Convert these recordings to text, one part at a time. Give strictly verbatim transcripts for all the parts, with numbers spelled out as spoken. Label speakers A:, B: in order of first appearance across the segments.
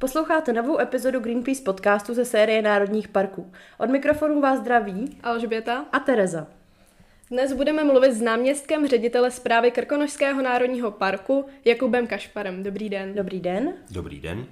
A: Posloucháte novou epizodu Greenpeace podcastu ze série Národních parků. Od mikrofonu vás zdraví
B: Alžběta
A: a Tereza.
B: Dnes budeme mluvit s náměstkem ředitele správy Krkonošského národního parku Jakubem Kašparem. Dobrý den.
A: Dobrý den.
C: Dobrý den.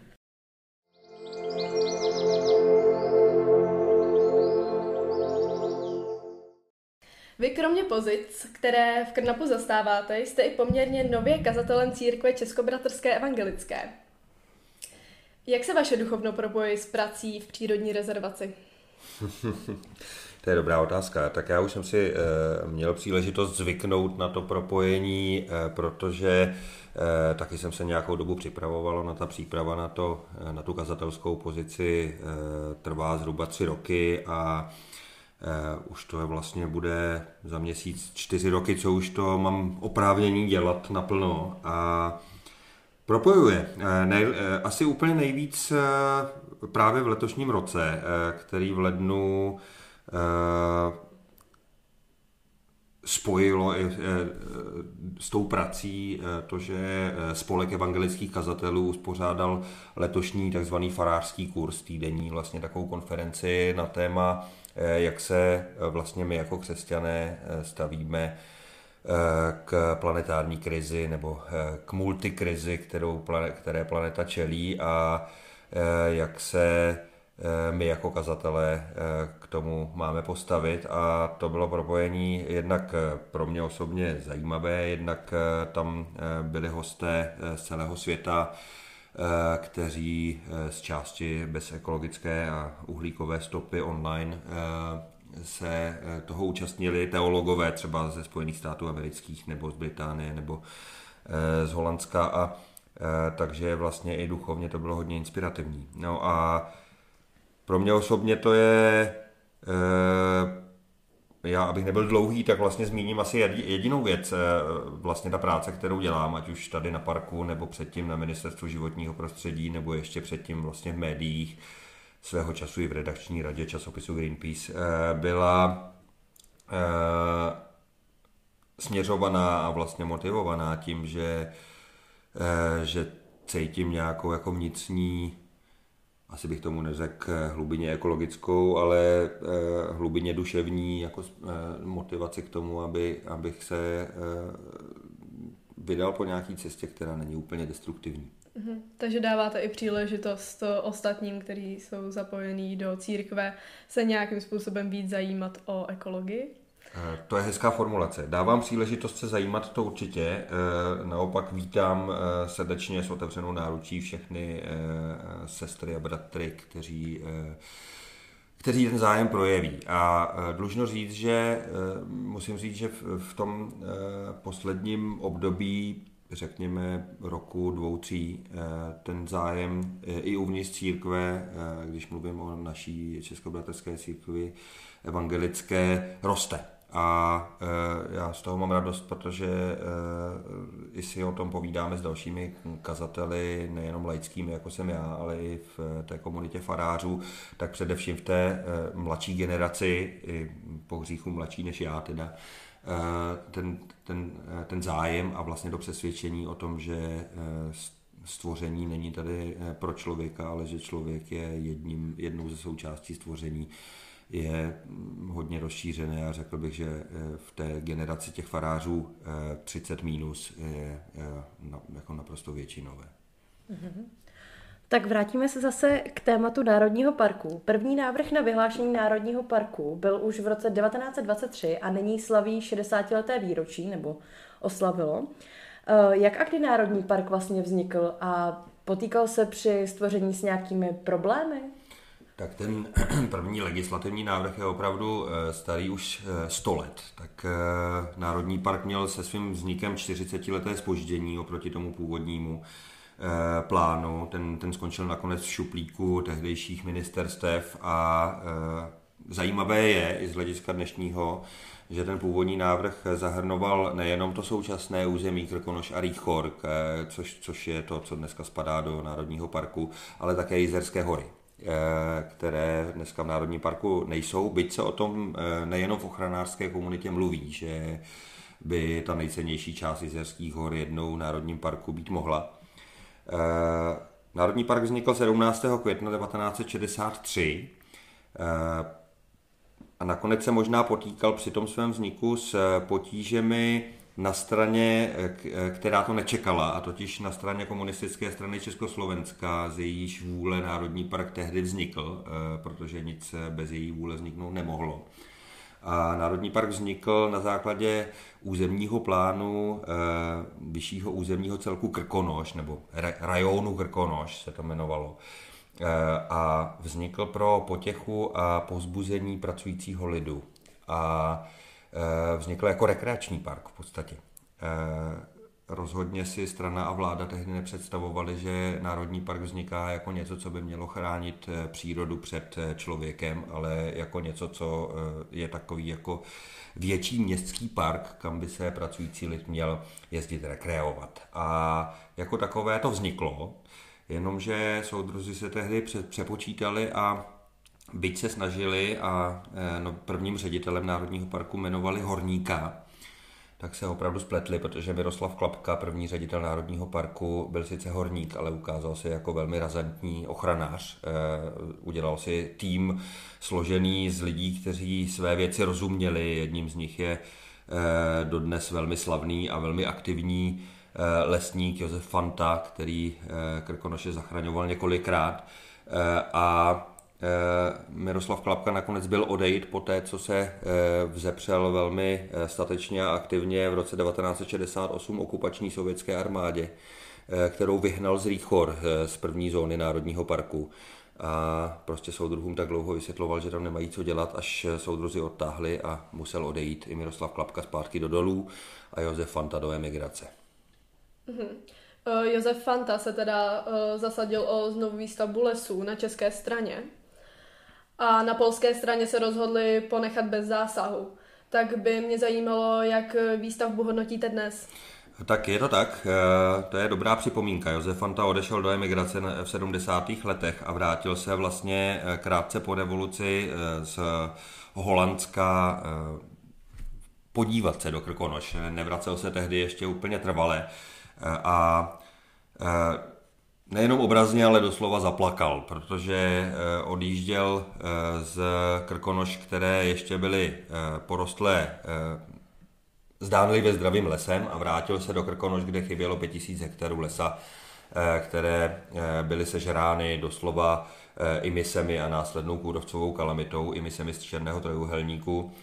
B: Vy kromě pozic, které v Krnapu zastáváte, jste i poměrně nově kazatelem církve Českobratrské evangelické. Jak se vaše duchovno propojí s prací v přírodní rezervaci?
C: To je dobrá otázka. Tak já už jsem si e, měl příležitost zvyknout na to propojení, e, protože e, taky jsem se nějakou dobu připravoval na ta příprava na, to, e, na tu kazatelskou pozici e, trvá zhruba tři roky a e, už to je vlastně bude za měsíc čtyři roky, co už to mám oprávnění dělat naplno a propojuje. Ne, asi úplně nejvíc právě v letošním roce, který v lednu spojilo i s tou prací to, že Spolek evangelických kazatelů uspořádal letošní takzvaný farářský kurz týdenní, vlastně takovou konferenci na téma, jak se vlastně my jako křesťané stavíme k planetární krizi nebo k multikrizi, kterou, které planeta čelí a jak se my jako kazatelé k tomu máme postavit. A to bylo propojení jednak pro mě osobně zajímavé, jednak tam byli hosté z celého světa, kteří z části bez ekologické a uhlíkové stopy online se toho účastnili teologové třeba ze Spojených států amerických nebo z Británie nebo z Holandska a takže vlastně i duchovně to bylo hodně inspirativní. No a pro mě osobně to je, já abych nebyl dlouhý, tak vlastně zmíním asi jedinou věc, vlastně ta práce, kterou dělám, ať už tady na parku nebo předtím na Ministerstvu životního prostředí nebo ještě předtím vlastně v médiích, svého času i v redakční radě časopisu Greenpeace, byla směřovaná a vlastně motivovaná tím, že, že cítím nějakou jako vnitřní, asi bych tomu neřekl hlubině ekologickou, ale hlubině duševní jako motivaci k tomu, aby, abych se vydal po nějaký cestě, která není úplně destruktivní.
B: Mhm. Takže dáváte i příležitost ostatním, kteří jsou zapojení do církve, se nějakým způsobem víc zajímat o ekologii?
C: To je hezká formulace. Dávám příležitost se zajímat, to určitě. Naopak vítám srdečně s otevřenou náručí všechny sestry a bratry, kteří, kteří ten zájem projeví. A dlužno říct, že musím říct, že v tom posledním období řekněme roku, dvou, tří, ten zájem i uvnitř církve, když mluvím o naší českobratrské církvi evangelické, roste. A já z toho mám radost, protože i si o tom povídáme s dalšími kazateli, nejenom laickými, jako jsem já, ale i v té komunitě farářů, tak především v té mladší generaci, i po hříchu mladší než já teda, Ten, ten, ten zájem a vlastně to přesvědčení o tom, že stvoření není tady pro člověka, ale že člověk je jedním, jednou ze součástí stvoření, je hodně rozšířené a řekl bych, že v té generaci těch farářů třicet mínus je jako naprosto většinové.
A: Mm-hmm. Tak vrátíme se zase k tématu Národního parku. První návrh na vyhlášení Národního parku byl už v roce devatenáct set dvacet tři a nyní slaví šedesátileté výročí, nebo oslavilo. Jak a kdy Národní park vlastně vznikl a potýkal se při stvoření s nějakými problémy?
C: Tak ten první legislativní návrh je opravdu starý už sto let. Tak Národní park měl se svým vznikem čtyřicetileté zpoždění oproti tomu původnímu plánu. Ten, ten skončil nakonec v šuplíku tehdejších ministerstev a e, zajímavé je i z hlediska dnešního, že ten původní návrh zahrnoval nejenom to současné území Krkonoš a Rýchor, což, což je to, co dneska spadá do Národního parku, ale také Jizerské hory, které dneska v Národním parku nejsou, byť se o tom nejenom v ochranářské komunitě mluví, že by ta nejcennější část Jizerských hor jednou v Národním parku být mohla. Národní park vznikl sedmnáctého května devatenáct set šedesát tři a nakonec se možná potýkal při tom svém vzniku s potížemi na straně, která to nečekala, a totiž na straně komunistické strany Československa, z jejíž vůle Národní park tehdy vznikl, protože nic bez její vůle vzniknout nemohlo. A Národní park vznikl na základě územního plánu e, vyššího územního celku Krkonoš, nebo rajonu Krkonoš se to jmenovalo. E, a vznikl pro potěchu a povzbuzení pracujícího lidu. A e, vznikl jako rekreační park v podstatě. E, Rozhodně si strana a vláda tehdy nepředstavovali, že Národní park vzniká jako něco, co by mělo chránit přírodu před člověkem, ale jako něco, co je takový jako větší městský park, kam by se pracující lid měl jezdit rekreovat. A jako takové to vzniklo, jenomže soudruzi se tehdy přepočítali a byť se snažili a no, prvním ředitelem Národního parku jmenovali horníka, tak se opravdu spletli, protože Miroslav Klapka, první ředitel Národního parku, byl sice horník, ale ukázal se jako velmi razantní ochranář. E, udělal si tým složený z lidí, kteří své věci rozuměli. Jedním z nich je e, dodnes velmi slavný a velmi aktivní e, lesník Josef Fanta, který e, Krkonoše zachraňoval několikrát. E, a Miroslav Klapka nakonec byl odejít po té, co se vzepřel velmi statečně a aktivně v roce devatenáct set šedesát osm okupační sovětské armádě, kterou vyhnal z Rýchor z první zóny Národního parku. A prostě soudruhům tak dlouho vysvětloval, že tam nemají co dělat, až soudruzi odtáhli a musel odejít i Miroslav Klapka zpátky do dolů a Josef Fanta do emigrace.
B: Mm-hmm. Josef Fanta se teda zasadil o znovu výstavbu lesů na české straně. A na polské straně se rozhodli ponechat bez zásahu. Tak by mě zajímalo, jak výstavbu hodnotíte dnes.
C: Tak je to tak, to je dobrá připomínka. Josef Fanta odešel do emigrace v sedmdesátých letech a vrátil se vlastně krátce po revoluci z Holandska podívat se do Krkonoš. Nevracel se tehdy ještě úplně trvale a nejenom obrazně, ale doslova zaplakal, protože odjížděl z Krkonoš, které ještě byly porostlé zdánlivě zdravým lesem, a vrátil se do Krkonoš, kde chybělo pět tisíc hektarů lesa, které byly sežrány doslova imisemi a následnou kůrovcovou kalamitou, imisemi z černého trojúhelníku,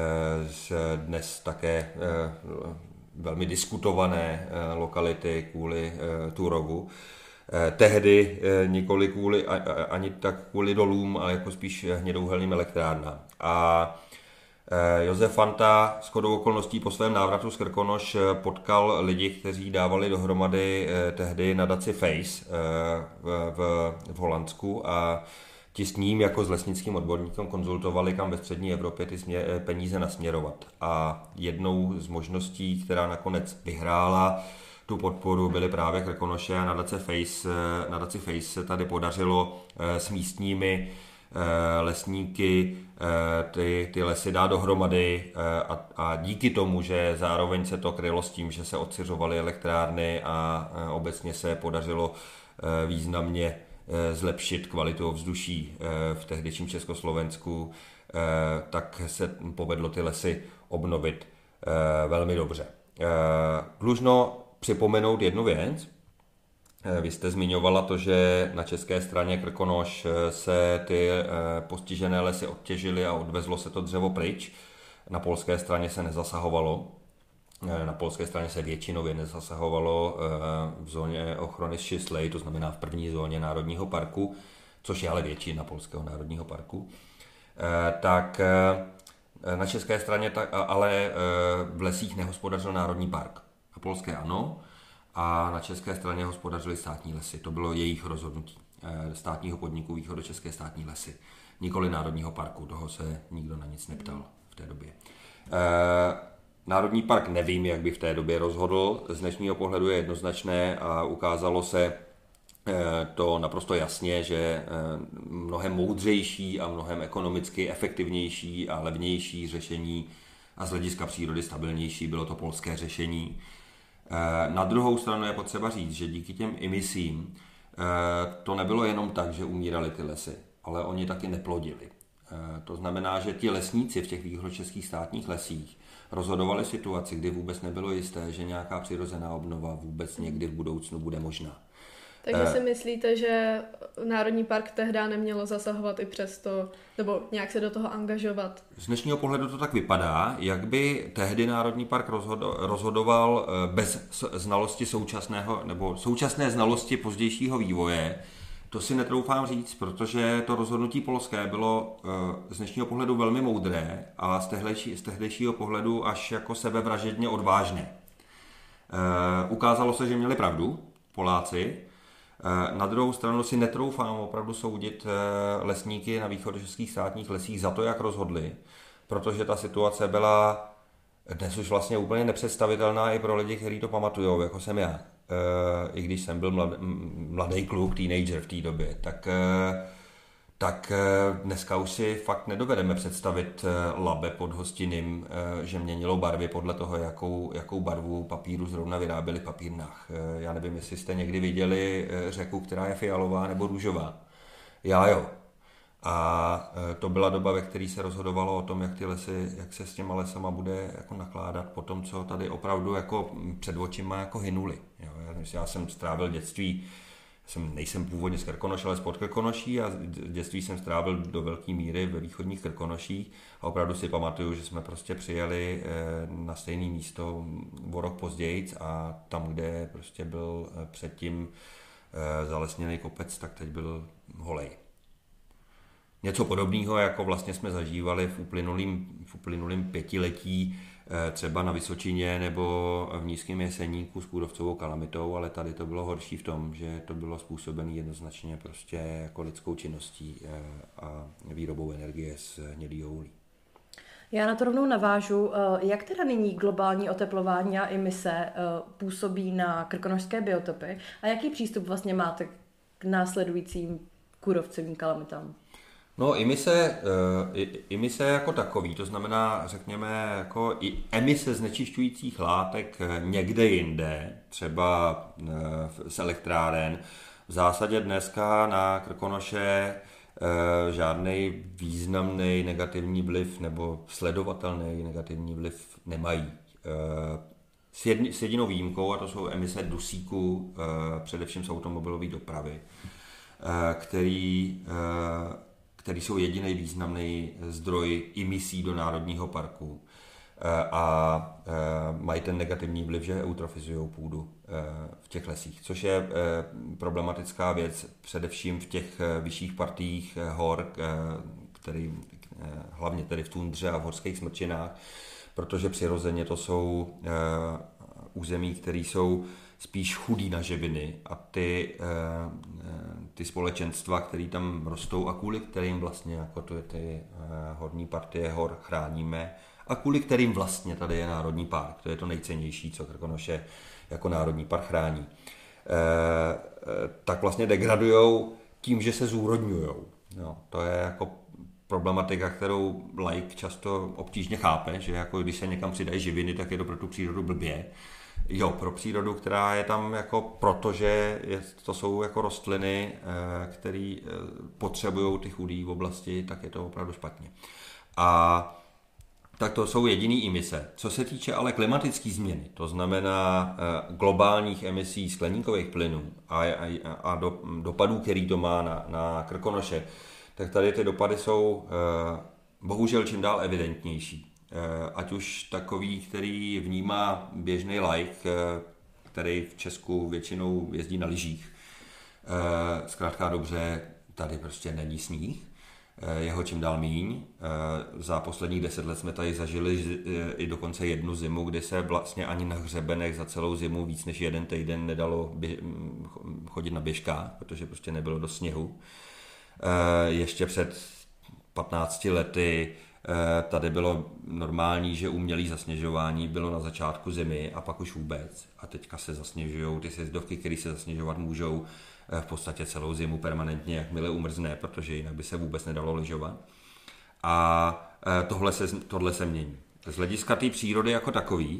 C: dnes také velmi diskutované lokality kvůli Turovu. Tehdy nikoli kvůli, ani tak kvůli dolům, ale jako spíš hnědouhelným elektrárnám. A Josef Fanta shodou okolností po svém návratu z Krkonoš potkal lidi, kteří dávali dohromady tehdy nadaci Face v, v, v Holandsku, a ti s ním jako s lesnickým odborníkem konzultovali, kam ve střední Evropě ty smě, peníze nasměrovat. A jednou z možností, která nakonec vyhrála tu podporu, byly právě Krkonoše, a nadace Face, nadaci Face se tady podařilo s místními lesníky ty, ty lesy dát dohromady, a, a díky tomu, že zároveň se to krylo s tím, že se odsiřovaly elektrárny a obecně se podařilo významně zlepšit kvalitu ovzduší v tehdejším Československu, tak se povedlo ty lesy obnovit velmi dobře. Dlužno připomenout jednu věc. Vy jste zmiňovala to, že na české straně Krkonoš se ty postižené lesy odtěžily a odvezlo se to dřevo pryč. Na polské straně se nezasahovalo. Na polské straně se většinově nezasahovalo v zóně ochrany Šislej, to znamená v první zóně Národního parku, což je ale většina Polského národního parku. Tak na české straně ale v lesích nehospodařil Národní park. Na polské ano, a na české straně hospodařily státní lesy. To bylo jejich rozhodnutí státního podniku Východočeské státní lesy. Nikoli Národního parku, toho se nikdo na nic neptal v té době. Národní park nevím, jak by v té době rozhodl. Z dnešního pohledu je jednoznačné a ukázalo se to naprosto jasně, že mnohem moudřejší a mnohem ekonomicky efektivnější a levnější řešení a z hlediska přírody stabilnější bylo to polské řešení. Na druhou stranu je potřeba říct, že díky těm imisím to nebylo jenom tak, že umíraly ty lesy, ale oni taky neplodili. To znamená, že ti lesníci v těch východočeských státních lesích rozhodovali situaci, kdy vůbec nebylo jisté, že nějaká přirozená obnova vůbec někdy v budoucnu bude možná.
B: Takže si myslíte, že Národní park tehdy nemělo zasahovat i přesto, nebo nějak se do toho angažovat?
C: Z dnešního pohledu to tak vypadá, jak by tehdy Národní park rozhodoval bez znalosti současného, nebo současné znalosti pozdějšího vývoje. To si netroufám říct, protože to rozhodnutí polské bylo z dnešního pohledu velmi moudré a z, tehdejší, z tehdejšího pohledu až jako sebevražedně odvážné. Ukázalo se, že měli pravdu Poláci. Na druhou stranu si netroufám opravdu soudit lesníky na východočeských státních lesích za to, jak rozhodli, protože ta situace byla dnes už vlastně úplně nepředstavitelná i pro lidi, kteří to pamatujou, jako jsem já. I když jsem byl mlad, mladý kluk, teenager v té době, tak, tak dneska už si fakt nedovedeme představit Labe pod Hostiným, že měnilo barvy podle toho, jakou, jakou barvu papíru zrovna vyráběli v papírnách. Já nevím, jestli jste někdy viděli řeku, která je fialová nebo růžová. Já jo. A to byla doba, ve které se rozhodovalo o tom, jak ty lesy, jak se s těma lesama bude jako nakládat po tom, co tady opravdu jako před očima jako hynuly. Jo, já jsem strávil dětství, jsem, nejsem původně z Krkonoš, ale spod Krkonoší a dětství jsem strávil do velké míry ve východních Krkonoších a opravdu si pamatuju, že jsme prostě přijeli na stejné místo o rok později a tam, kde prostě byl předtím zalesněný kopec, tak teď byl holej. Něco podobného, jako vlastně jsme zažívali v uplynulým, v uplynulým pětiletí třeba na Vysočině nebo v Nízkém Jeseníku s kůrovcovou kalamitou, ale tady to bylo horší v tom, že to bylo způsobené jednoznačně prostě jako lidskou činností a výrobou energie z hnědého uhlí.
A: Já na to rovnou navážu. Jak teda nyní globální oteplování a emise působí na krkonošské biotopy a jaký přístup vlastně máte k následujícím kůrovcovým kalamitám?
C: No, emise, emise jako takový, to znamená, řekněme, jako i emise znečišťujících látek někde jinde, třeba z elektráren. V zásadě dneska na Krkonoše žádný významný negativní vliv nebo sledovatelný negativní vliv nemají. S jedinou výjimkou, a to jsou emise dusíku, především z automobilové dopravy, který který jsou jediný významný zdroj emisí do národního parku a mají ten negativní vliv, že eutrofizují půdu v těch lesích, což je problematická věc, především v těch vyšších partiích hor, který, hlavně tedy v tundře a v horských smrčinách, protože přirozeně to jsou území, které jsou spíš chudý na živiny a ty, ty společenstva, které tam rostou a kvůli kterým vlastně jako to je ty horní partie hor chráníme a kvůli kterým vlastně tady je Národní park. To je to nejcennější, co Krkonoše jako Národní park chrání. Tak vlastně degradujou tím, že se zúrodňujou. No, to je jako problematika, kterou laik často obtížně chápe, že jako když se někam přidají živiny, tak je to pro tu přírodu blbě. Jo, pro přírodu, která je tam jako proto, že je, to jsou jako rostliny, které potřebují ty chudé v oblasti, tak je to opravdu špatně. A tak to jsou jediný emise. Co se týče ale klimatické změny, to znamená globálních emisí skleníkových plynů a, a, a do, dopadů, který to má na, na Krkonoše, tak tady ty dopady jsou bohužel čím dál evidentnější. Ať už takový, který vnímá běžný laik, který v Česku většinou jezdí na lyžích. Zkrátka dobře, tady prostě není sníh, jeho čím dál míň. Za posledních deset let jsme tady zažili i dokonce jednu zimu, kdy se vlastně ani na hřebenech za celou zimu víc než jeden týden nedalo chodit na běžkách, protože prostě nebylo dost sněhu. Ještě před patnácti lety tady bylo normální, že umělé zasněžování bylo na začátku zimy a pak už vůbec. A teďka se zasněžují ty sjezdovky, které se zasněžovat můžou v podstatě celou zimu permanentně, jakmile umrzne, protože jinak by se vůbec nedalo lyžovat. A tohle se, tohle se mění. Z hlediska té přírody jako takový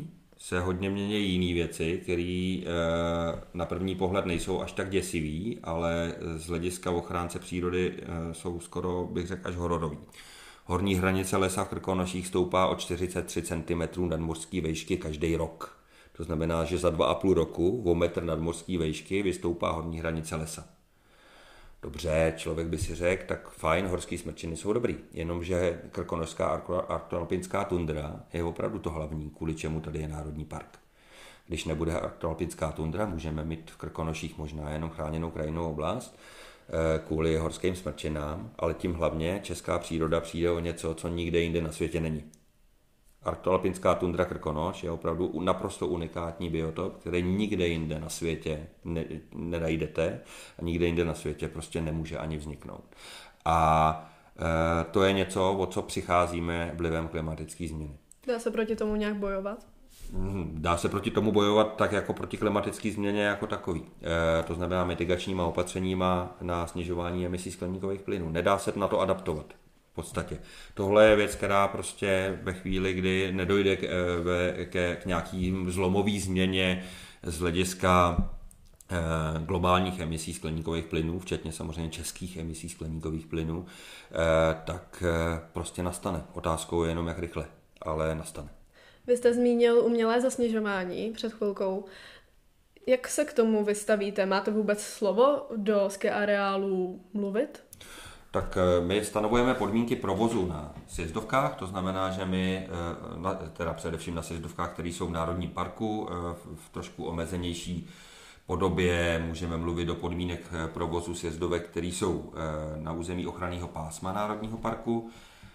C: se hodně mění jiné věci, které na první pohled nejsou až tak děsivý, ale z hlediska ochránce přírody jsou skoro, bych řekl, až hororový. Horní hranice lesa v Krkonoších stoupá o čtyřicet tři centimetrů nadmořské výšky každý rok. To znamená, že za dva a půl roku o metr nadmořské výšky vystoupá horní hranice lesa. Dobře, člověk by si řekl, tak fajn, horský smrčiny jsou dobrý, jenomže krkonošská arktoalpinská tundra je opravdu to hlavní, kvůli čemu tady je národní park. Když nebude arktoalpinská tundra, můžeme mít v Krkonoších možná jenom chráněnou krajinnou oblast kvůli horským smrčinám, ale tím hlavně česká příroda přijde o něco, co nikde jinde na světě není. Arktoalpinská tundra Krkonoš je opravdu naprosto unikátní biotop, který nikde jinde na světě ne, nenajdete a nikde jinde na světě prostě nemůže ani vzniknout. A e, to je něco, o co přicházíme vlivem klimatické změny.
B: Dá se proti tomu nějak bojovat?
C: Dá se proti tomu bojovat tak jako proti klimatické změně jako takový. E, to znamená mitigačníma opatřeníma na snižování emisí skleníkových plynů. Nedá se na to adaptovat. V podstatě. Tohle je věc, která prostě ve chvíli, kdy nedojde k, k, k nějakým zlomový změně z hlediska eh, globálních emisí skleníkových plynů, včetně samozřejmě českých emisí skleníkových plynů, eh, tak eh, prostě nastane. Otázkou je jenom, jak rychle, ale nastane.
B: Vy jste zmínil umělé zasněžování před chvilkou. Jak se k tomu vystavíte? Máte vůbec slovo do ski areálu mluvit?
C: Tak my stanovujeme podmínky provozu na sjezdovkách, to znamená, že my, teda především na sjezdovkách, které jsou v Národním parku, v trošku omezenější podobě můžeme mluvit o podmínek provozu sjezdovek, které jsou na území ochranného pásma Národního parku.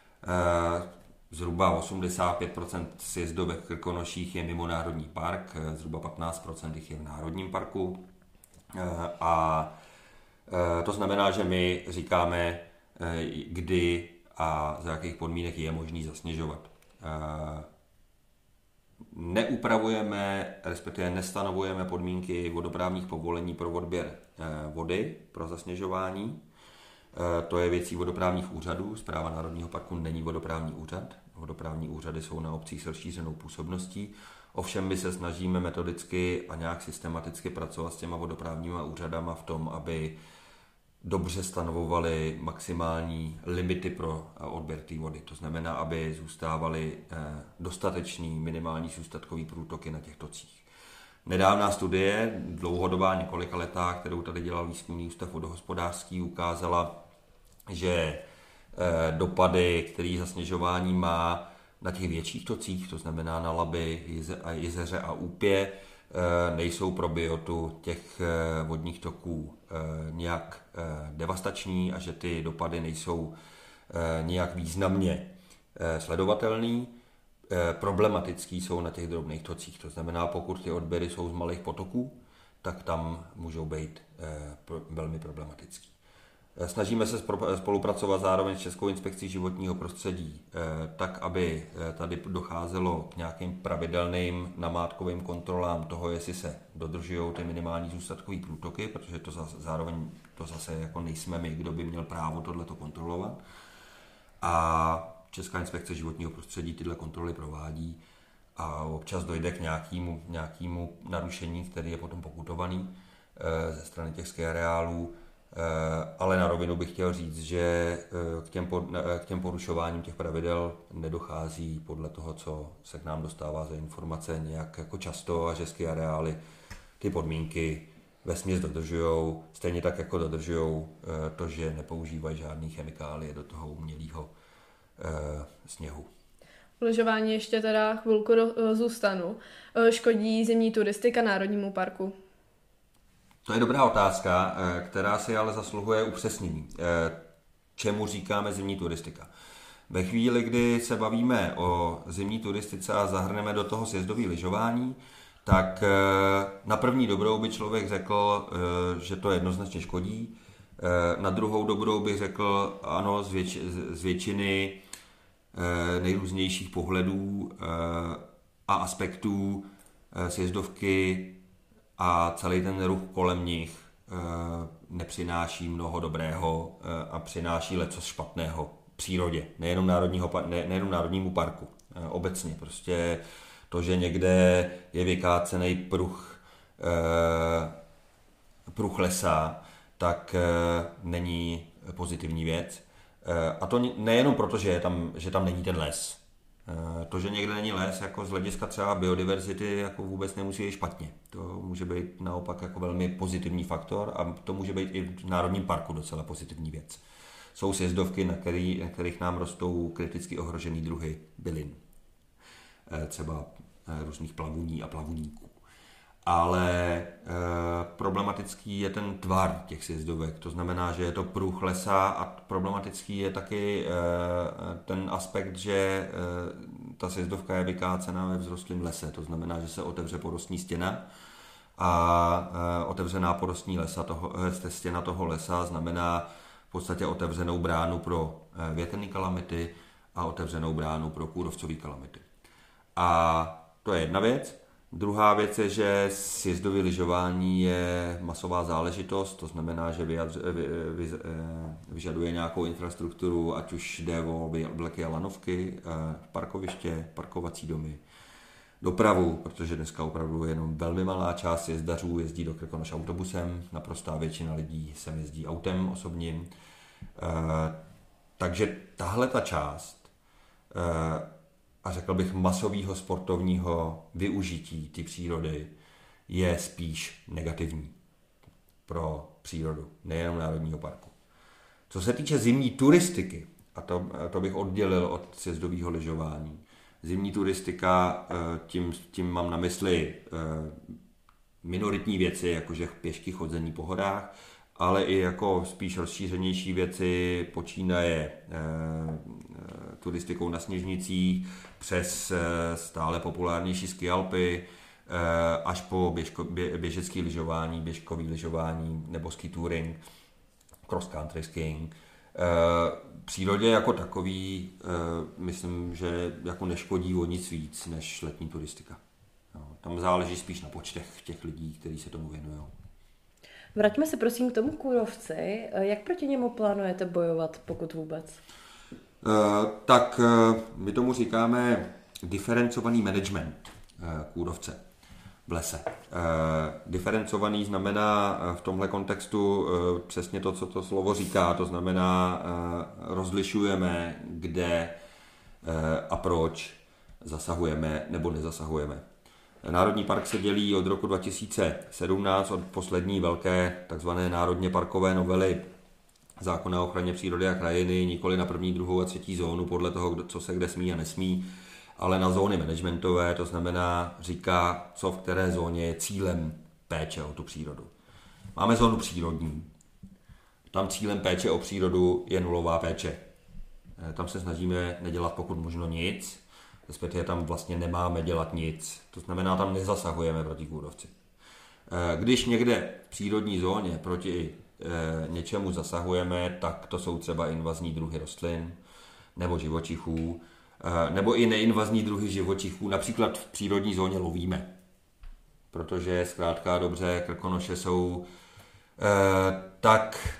C: Zhruba osmdesát pět procent sjezdovek v Krkonoších je mimo Národní park, zhruba patnáct procent jich je v Národním parku. A to znamená, že my říkáme, kdy a za jakých podmínek je možný zasněžovat. Neupravujeme, respektive nestanovujeme podmínky vodoprávních povolení pro odběr vody pro zasněžování. To je věcí vodoprávních úřadů. Správa Národního parku není vodoprávní úřad. Vodoprávní úřady jsou na obcích s rozšířenou působností. Ovšem my se snažíme metodicky a nějak systematicky pracovat s těma vodoprávníma úřadama v tom, aby dobře stanovovali maximální limity pro odběr té vody. To znamená, aby zůstávaly dostatečný minimální zůstatkový průtoky na těch tocích. Nedávná studie, dlouhodobá několika letá, kterou tady dělal Výzkumný ústav vodohospodářský, ukázala, že dopady, který zasněžování má na těch větších tocích, to znamená na Labi, Jezeře a Úpě, nejsou pro biotu těch vodních toků nějak devastační a že ty dopady nejsou nějak významně sledovatelný. Problematický jsou na těch drobných tocích, to znamená, pokud ty odběry jsou z malých potoků, tak tam můžou být velmi problematický. Snažíme se spolupracovat zároveň s Českou inspekcí životního prostředí tak, aby tady docházelo k nějakým pravidelným namátkovým kontrolám toho, jestli se dodržují ty minimální zůstatkové průtoky, protože to zároveň to zase jako nejsme my, kdo by měl právo tohleto kontrolovat. A Česká inspekce životního prostředí tyhle kontroly provádí a občas dojde k nějakému, nějakému narušení, který je potom pokutovaný ze strany těch ski areálů. Ale na rovinu bych chtěl říct, že k těm, k těm porušováním těch pravidel nedochází podle toho, co se k nám dostává za informace nějak jako často a že ski areály ty podmínky vesměs dodržujou, stejně tak jako dodržujou to, že nepoužívají žádný chemikálie do toho umělého sněhu.
B: Lyžování ještě teda chvilku do, zůstanu. Škodí zimní turistika Národnímu parku?
C: To je dobrá otázka, která si ale zasluhuje upřesnění. Čemu říkáme zimní turistika? Ve chvíli, kdy se bavíme o zimní turistice a zahrneme do toho sjezdové lyžování, tak na první dobrou by člověk řekl, že to jednoznačně škodí. Na druhou dobrou bych řekl, ano, z, věč, z většiny nejrůznějších pohledů a aspektů sjezdovky a celý ten ruch kolem nich nepřináší mnoho dobrého a přináší lecos špatného přírodě, nejenom, národního, ne, nejenom národnímu parku, obecně. Prostě To, že někde je vykácený pruh, eh, pruh lesa, tak eh, není pozitivní věc. Eh, a to nejenom proto, že, je tam, že tam není ten les. Eh, to, že někde není les, jako z hlediska třeba biodiverzity, jako vůbec nemusí být špatně. To může být naopak jako velmi pozitivní faktor a to může být i v Národním parku docela pozitivní věc. Jsou sjezdovky, na, který, na kterých nám rostou kriticky ohrožený druhy bylin. Eh, třeba eh, různých plavuní a plavuníků. Ale e, problematický je ten tvar těch sjezdovek, to znamená, že je to pruh lesa a problematický je taky e, ten aspekt, že e, ta sjezdovka je vykácena ve vzrostlém lese, to znamená, že se otevře porostní stěna a e, otevřená porostní lesa toho, e, stěna toho lesa znamená v podstatě otevřenou bránu pro e, větrné kalamity a otevřenou bránu pro kůrovcové kalamity. A to je jedna věc. Druhá věc je, že sjezdové lyžování je masová záležitost, to znamená, že vyjadř, vy, vy, vyžaduje nějakou infrastrukturu, ať už jde o vleky a lanovky, parkoviště, parkovací domy, dopravu, protože dneska opravdu jenom velmi malá část jezdařů jezdí do Krkonoš autobusem, naprostá většina lidí sem jezdí autem osobním. Takže tahle ta část a řekl bych masového sportovního využití té přírody je spíš negativní pro přírodu, nejenom Národního parku. Co se týče zimní turistiky, a to, to bych oddělil od sjezdového lyžování, zimní turistika, tím, tím mám na mysli minoritní věci, jakože pěšky, chodzení po horách, ale i jako spíš rozšířenější věci počínaje turistikou na sněžnicích, přes stále populárnější skialpy, až po běžko, bě, běžecké lyžování, běžkový lyžování nebo ski touring, cross country skiing. Přírodě jako takový myslím, že jako neškodí o nic víc než letní turistika. Tam záleží spíš na počtech těch lidí, kteří se tomu věnují.
A: Vraťme se prosím k tomu kůrovci. Jak proti němu plánujete bojovat, pokud vůbec?
C: Uh, tak uh, my tomu říkáme diferencovaný management uh, kůrovce v lese. Uh, diferencovaný znamená uh, v tomhle kontextu uh, přesně to, co to slovo říká, to znamená uh, rozlišujeme, kde uh, a proč zasahujeme nebo nezasahujeme. Národní park se dělí od roku dva tisíce sedmnáct, od poslední velké takzvané národně parkové novely zákona o ochraně přírody a krajiny, nikoli na první, druhou a třetí zónu, podle toho, co se kde smí a nesmí, ale na zóny managementové, to znamená říká, co v které zóně je cílem péče o tu přírodu. Máme zónu přírodní. Tam cílem péče o přírodu je nulová péče. Tam se snažíme nedělat pokud možno nic, respektive tam vlastně nemáme dělat nic. To znamená, tam nezasahujeme proti kůrovci. Když někde v přírodní zóně proti něčemu zasahujeme, tak to jsou třeba invazní druhy rostlin nebo živočichů, nebo i neinvazní druhy živočichů. Například v přírodní zóně lovíme, protože zkrátka dobře Krkonoše jsou eh, tak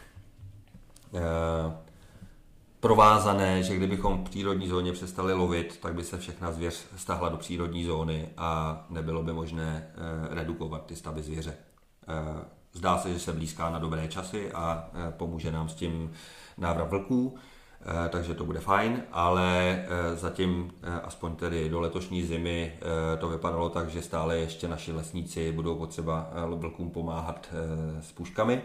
C: eh, provázané, že kdybychom v přírodní zóně přestali lovit, tak by se všechna zvěř stáhla do přírodní zóny a nebylo by možné eh, redukovat ty stavy zvěře. Eh, Zdá se, že se blízká na dobré časy a pomůže nám s tím návrat vlků, takže to bude fajn, ale zatím, aspoň tedy do letošní zimy, to vypadalo tak, že stále ještě naši lesníci budou potřeba vlkům pomáhat s puškami,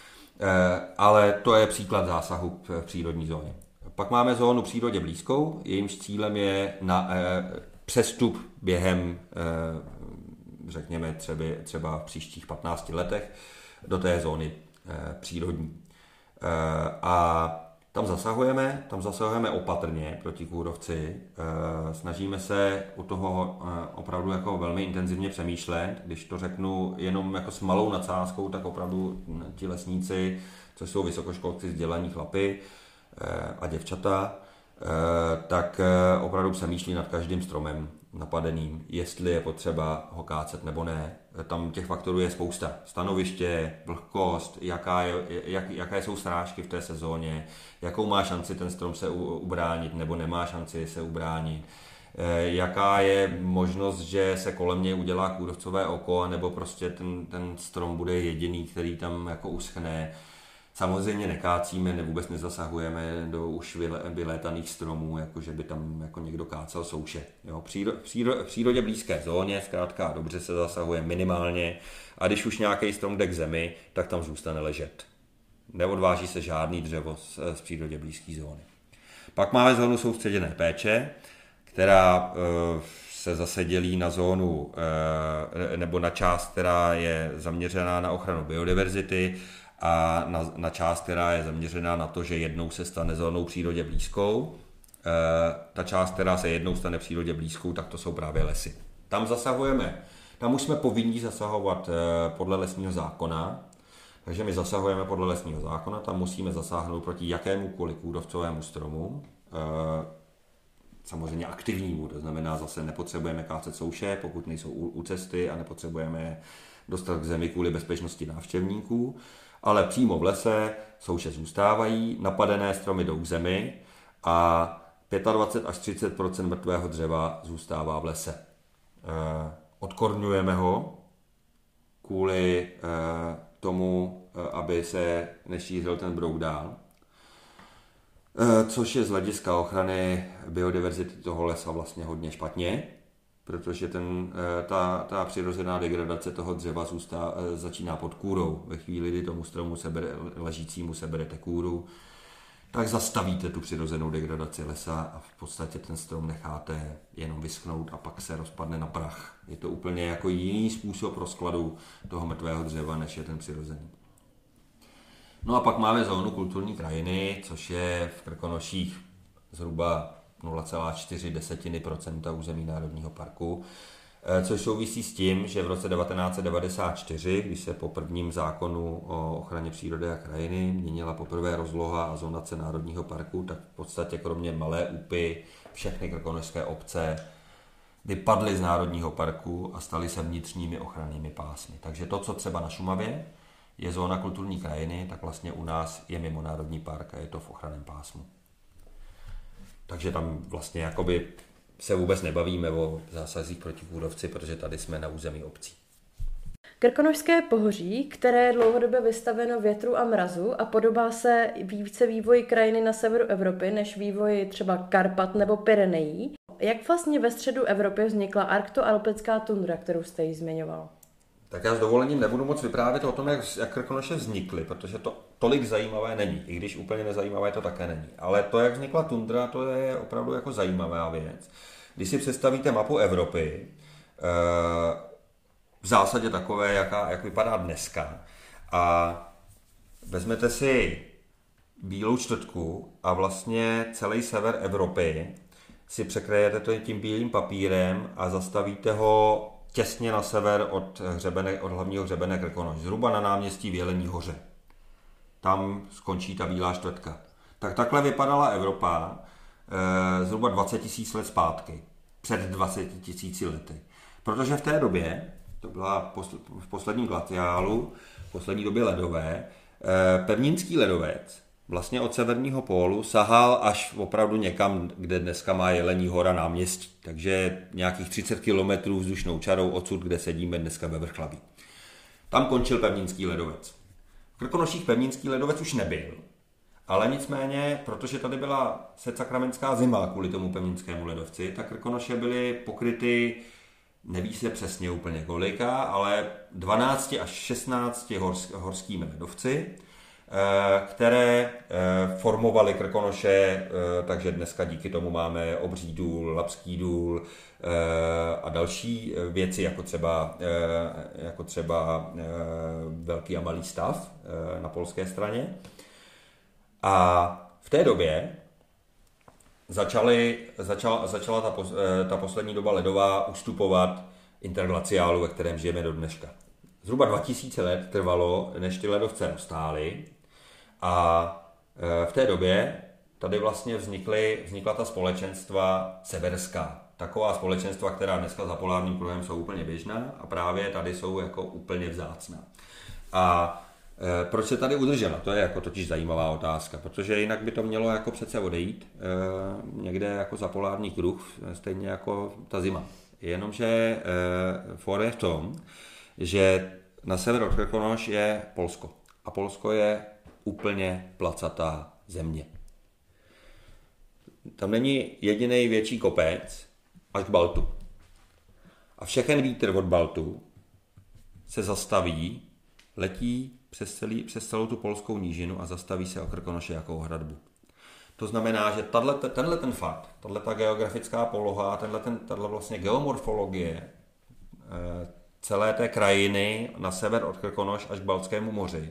C: ale to je příklad zásahu v přírodní zóně. Pak máme zónu přírodě blízkou, jejímž cílem je na přestup během, řekněme, třeba, třeba v příštích patnácti letech, do té zóny e, přírodní. E, a tam zasahujeme, tam zasahujeme opatrně proti kůrovci. E, snažíme se u toho e, opravdu jako velmi intenzivně přemýšlet. Když to řeknu jenom jako s malou nadsázkou, tak opravdu ti lesníci, což jsou vysokoškolsky vzdělaní chlapi e, a děvčata, e, tak e, opravdu přemýšlí nad každým stromem napadeným, jestli je potřeba ho kácet nebo ne. Tam těch faktorů je spousta. Stanoviště, vlhkost, jaká, je, jak, jaké jsou srážky v té sezóně, jakou má šanci ten strom se ubránit nebo nemá šanci se ubránit, jaká je možnost, že se kolem něj udělá kůrovcové oko, nebo prostě ten, ten strom bude jediný, který tam jako uschne. Samozřejmě nekácíme, ne, vůbec nezasahujeme do už vylétaných stromů, jako že by tam jako někdo kácel souše. Jo, příro, příro, v přírodě blízké zóně zkrátka dobře se zasahuje minimálně a když už nějaký strom jde k zemi, tak tam zůstane ležet. Neodváží se žádný dřevo z, z přírodě blízké zóny. Pak máme zónu soustředěné péče, která e, se zase dělí na zónu e, nebo na část, která je zaměřená na ochranu biodiverzity, a na, na část, která je zaměřená na to, že jednou se stane zónou přírodě blízkou. E, ta část, která se jednou stane přírodě blízkou, tak to jsou právě lesy. Tam zasahujeme, tam už jsme povinni zasahovat e, podle lesního zákona, takže my zasahujeme podle lesního zákona, tam musíme zasáhnout proti jakémukoliv kůrovcovému stromu, e, samozřejmě aktivnímu, to znamená zase nepotřebujeme kácet souše, pokud nejsou u, u cesty a nepotřebujeme dostat k zemi kvůli bezpečnosti návštěvníků, ale přímo v lese souše zůstávají, napadené stromy jdou k zemi a dvacet pět až třicet procent mrtvého dřeva zůstává v lese. E, odkorňujeme ho kvůli e, tomu, e, aby se nešířil ten brouk dál, e, což je z hlediska ochrany biodiverzity toho lesa vlastně hodně špatně, protože ten, ta, ta přirozená degradace toho dřeva zůstá, začíná pod kůrou. Ve chvíli, kdy tomu stromu sebere, ležícímu seberete kůru, tak zastavíte tu přirozenou degradaci lesa a v podstatě ten strom necháte jenom vyschnout a pak se rozpadne na prach. Je to úplně jako jiný způsob rozkladu toho mrtvého dřeva, než je ten přirozený. No a pak máme zónu kulturní krajiny, což je v Krkonoších zhruba nula celá čtyři procenta území národního parku, což souvisí s tím, že v roce devatenáct set devadesát čtyři, když se po prvním zákonu o ochraně přírody a krajiny měnila poprvé rozloha a zonace národního parku, tak v podstatě kromě Malé Úpy všechny krkonošské obce vypadly z národního parku a staly se vnitřními ochrannými pásmy. Takže to, co třeba na Šumavě je zóna kulturní krajiny, tak vlastně u nás je mimo národní park a je to v ochranném pásmu. Takže tam vlastně jakoby se vůbec nebavíme o zásazích proti kůrovci, protože tady jsme na území obcí.
A: Krkonošské pohoří, které je dlouhodobě vystaveno větru a mrazu a podobá se více vývoji krajiny na severu Evropy než vývoji třeba Karpat nebo Pyrenejí. Jak vlastně ve středu Evropy vznikla arktoalpická tundra, kterou jste ji zmiňoval?
C: Tak já s dovolením nebudu moc vyprávět o tom, jak, jak Krkonoše vznikly, protože to tolik zajímavé není, i když úplně nezajímavé to také není. Ale to, jak vznikla tundra, to je opravdu jako zajímavá věc. Když si představíte mapu Evropy, v zásadě takové, jaká, jak vypadá dneska, a vezmete si bílou čtvrtku a vlastně celý sever Evropy si překrajete to tím bílým papírem a zastavíte ho těsně na sever od, hřebene, od hlavního hřebene Krkonoš, zhruba na náměstí v Jelení hoře. Tam skončí ta bílá čtvrtka. Tak takhle vypadala Evropa e, zhruba dvacet tisíc let zpátky, před dvaceti tisíci lety. Protože v té době, to byla posl- v posledním glaciálu, v poslední době ledové, e, pevninský ledovec vlastně od severního pólu sahal až opravdu někam, kde dneska má Jelení hora náměstí. Takže nějakých třicet kilometrů vzdušnou čarou odsud, kde sedíme dneska ve Vrchlabí. Tam končil pevninský ledovec. V Krkonoších pevninský ledovec už nebyl, ale nicméně, protože tady byla sedsakramenská zima kvůli tomu pevninskému ledovci, tak Krkonoše byly pokryty, neví se přesně úplně kolika, ale dvanácti až šestnácti horskými ledovci, které formovaly Krkonoše, takže dneska díky tomu máme Obří důl, Labský důl a další věci, jako třeba, jako třeba Velký a Malý stav na polské straně. A v té době začaly, začala, začala ta, ta poslední doba ledová ustupovat interglaciálu, ve kterém žijeme do dneška. Zhruba dva tisíce let trvalo, než ty ledovce roztály, a v té době tady vlastně vznikly, vznikla ta společenstva severská. Taková společenstva, která dneska za polárním kruhem jsou úplně běžná a právě tady jsou jako úplně vzácná. A Proč se tady udržela? To je jako totiž zajímavá otázka, protože jinak by to mělo jako přece odejít někde jako za polární kruh, stejně jako ta zima. Jenomže for je v tom, že na sever od Krkonoš je Polsko a Polsko je úplně placatá země. Tam není jediný větší kopec až k Baltu. A všechen vítr od Baltu se zastaví, letí přes, celý, přes celou tu polskou nížinu a zastaví se o Krkonoše jako o hradbu. To znamená, že tato, tenhle ten fakt, tato geografická poloha, tenhle ten, tato vlastně geomorfologie celé té krajiny na sever od Krkonoš až k Baltskému moři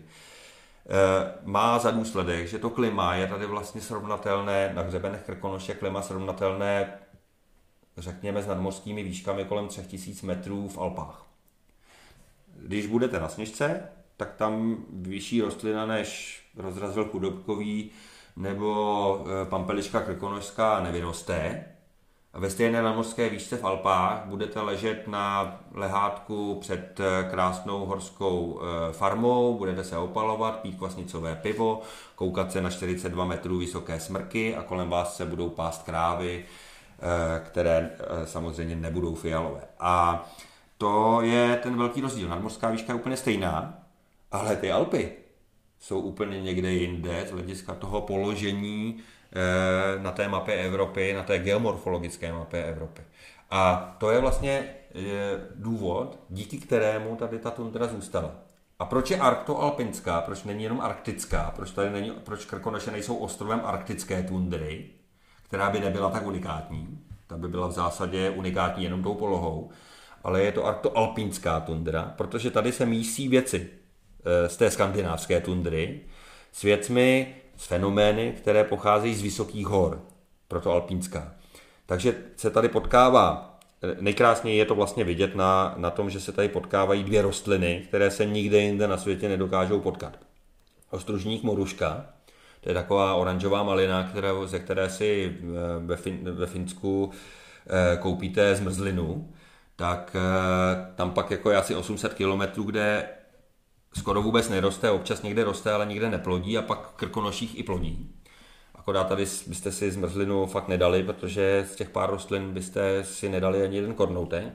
C: má za důsledek, že to klima je tady vlastně srovnatelné, na hřebenech Krkonoše klima srovnatelné, řekněme, s nadmořskými výškami kolem tři tisíce metrů v Alpách. Když budete na Sněžce, tak tam vyšší rostlina než rozrazil chudobkový nebo pampeliška krkonošská nevyroste. A ve stejné nadmořské výšce v Alpách budete ležet na lehátku před krásnou horskou farmou, budete se opalovat, pít kvasnicové pivo, koukat se na čtyřicet dva metrů vysoké smrky a kolem vás se budou pást krávy, které samozřejmě nebudou fialové. A to je ten velký rozdíl. Nadmořská výška je úplně stejná, ale ty Alpy jsou úplně někde jinde z hlediska toho položení na té mapě Evropy, na té geomorfologické mapě Evropy. A to je vlastně důvod, díky kterému tady ta tundra zůstala. A proč je arktoalpinská, proč není jenom arktická, proč, tady není, proč Krkonoše nejsou ostrovem arktické tundry, která by nebyla tak unikátní, ta by byla v zásadě unikátní jenom tou polohou, ale je to arktoalpinská tundra, protože tady se mísí věci z té skandinávské tundry s věcmi, s fenomény, které pocházejí z vysokých hor, proto alpínská. Takže se tady potkává, nejkrásněji je to vlastně vidět na, na tom, že se tady potkávají dvě rostliny, které se nikde jinde na světě nedokážou potkat. Ostružník moruška, to je taková oranžová malina, které, ze které si ve, fin, ve Finsku koupíte zmrzlinu, tak tam pak jako je asi osm set kilometrů, kde skoro vůbec neroste, občas někde roste, ale nikde neplodí a pak v Krkonoších i plodí. Akorát tady byste si zmrzlinu fakt nedali, protože z těch pár rostlin byste si nedali ani jeden kornoutek.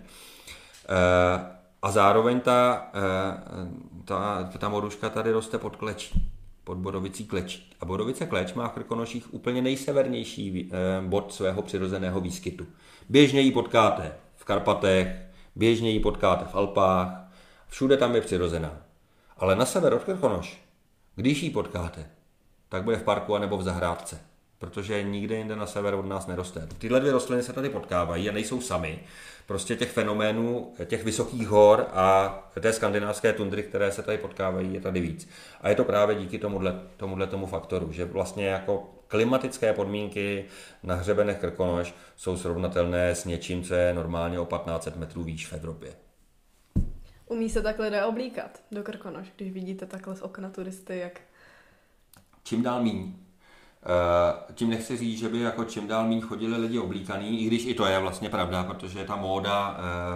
C: A zároveň ta, ta, ta moruška tady roste pod klečí, pod bodovicí klečí. A bodovice kleč má v Krkonoších úplně nejsevernější bod svého přirozeného výskytu. Běžně ji potkáte v Karpatech, běžně ji potkáte v Alpách, všude tam je přirozená. Ale na sever od Krkonoš, když ji potkáte, tak bude v parku anebo v zahrádce, protože nikde jinde na sever od nás neroste. Tyhle dvě rostliny se tady potkávají a nejsou samy. Prostě těch fenoménů, těch vysokých hor a té skandinávské tundry, které se tady potkávají, je tady víc. A je to právě díky tomuhle, tomuhle tomu faktoru, že vlastně jako klimatické podmínky na hřebenech Krkonoš jsou srovnatelné s něčím, co je normálně o patnáct set metrů výš v Evropě.
B: Umí se tak lidé oblíkat do Krkonoš, když vidíte takhle z okna turisty, jak...
C: Čím dál míň. Tím nechci říct, že by jako čím dál míň chodili lidi oblíkaný, i když i to je vlastně pravda, protože ta móda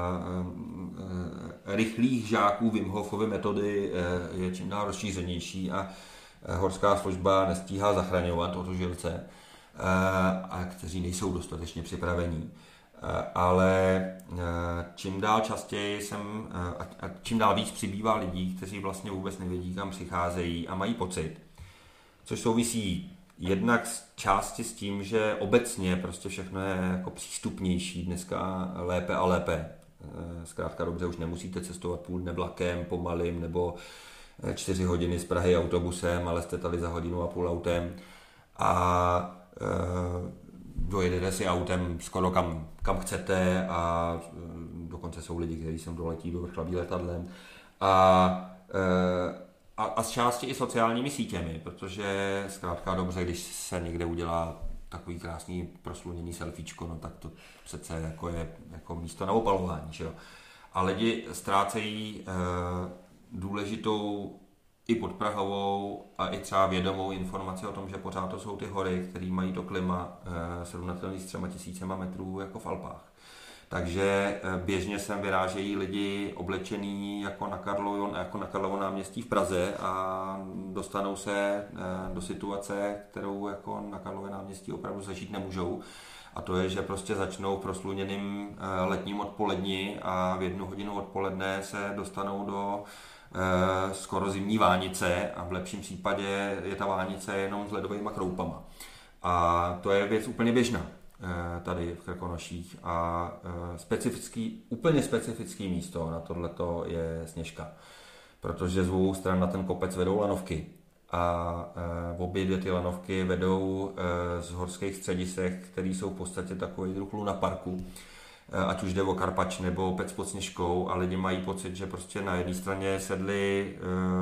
C: rychlých žáků Wim Hofovy metody je čím dál rozšířenější a horská služba nestíhá zachraňovat otužilce, a kteří nejsou dostatečně připravení. Ale čím dál častěji jsem, a čím dál víc přibývá lidí, kteří vlastně vůbec nevědí, kam přicházejí a mají pocit, což souvisí jednak z části s tím, že obecně prostě všechno je jako přístupnější dneska lépe a lépe. Zkrátka dobře, už nemusíte cestovat půl dne vlakem, pomalým, nebo čtyři hodiny z Prahy autobusem, ale jste tady za hodinu a půl autem a dojedete si autem skoro kam, kam chcete a dokonce jsou lidi, kteří sem doletí do vrchlabí letadlem a, a, a z části i sociálními sítěmi, protože zkrátka dobře, když se někde udělá takový krásný prosluněný selfiečko, no tak to přece jako je jako místo na opalování, že jo. A lidi ztrácejí e, důležitou i podprahovou a i třeba vědomou informaci o tom, že pořád to jsou ty hory, které mají to klima e, srovnatelné s třema tisícema metrů jako v Alpách. Takže běžně sem vyrážejí lidi oblečení jako na Karlovo, jako na Karlovo náměstí v Praze a dostanou se do situace, kterou jako na Karlově náměstí opravdu zažít nemůžou. A to je, že prostě začnou v prosluněným letním odpoledni a v jednu hodinu odpoledne se dostanou do skoro zimní vánice a v lepším případě je ta vánice jenom s ledovými kroupama. A to je věc úplně běžná tady v Krkonoších a specifický, úplně specifický místo na tohleto je Sněžka, protože z obou stran na ten kopec vedou lanovky a obě dvě ty lanovky vedou z horských středisek, které jsou v podstatě takový druh lunaparku, ať už jde o Karpač nebo Pec pod Sněžkou a lidi mají pocit, že prostě na jedné straně sedli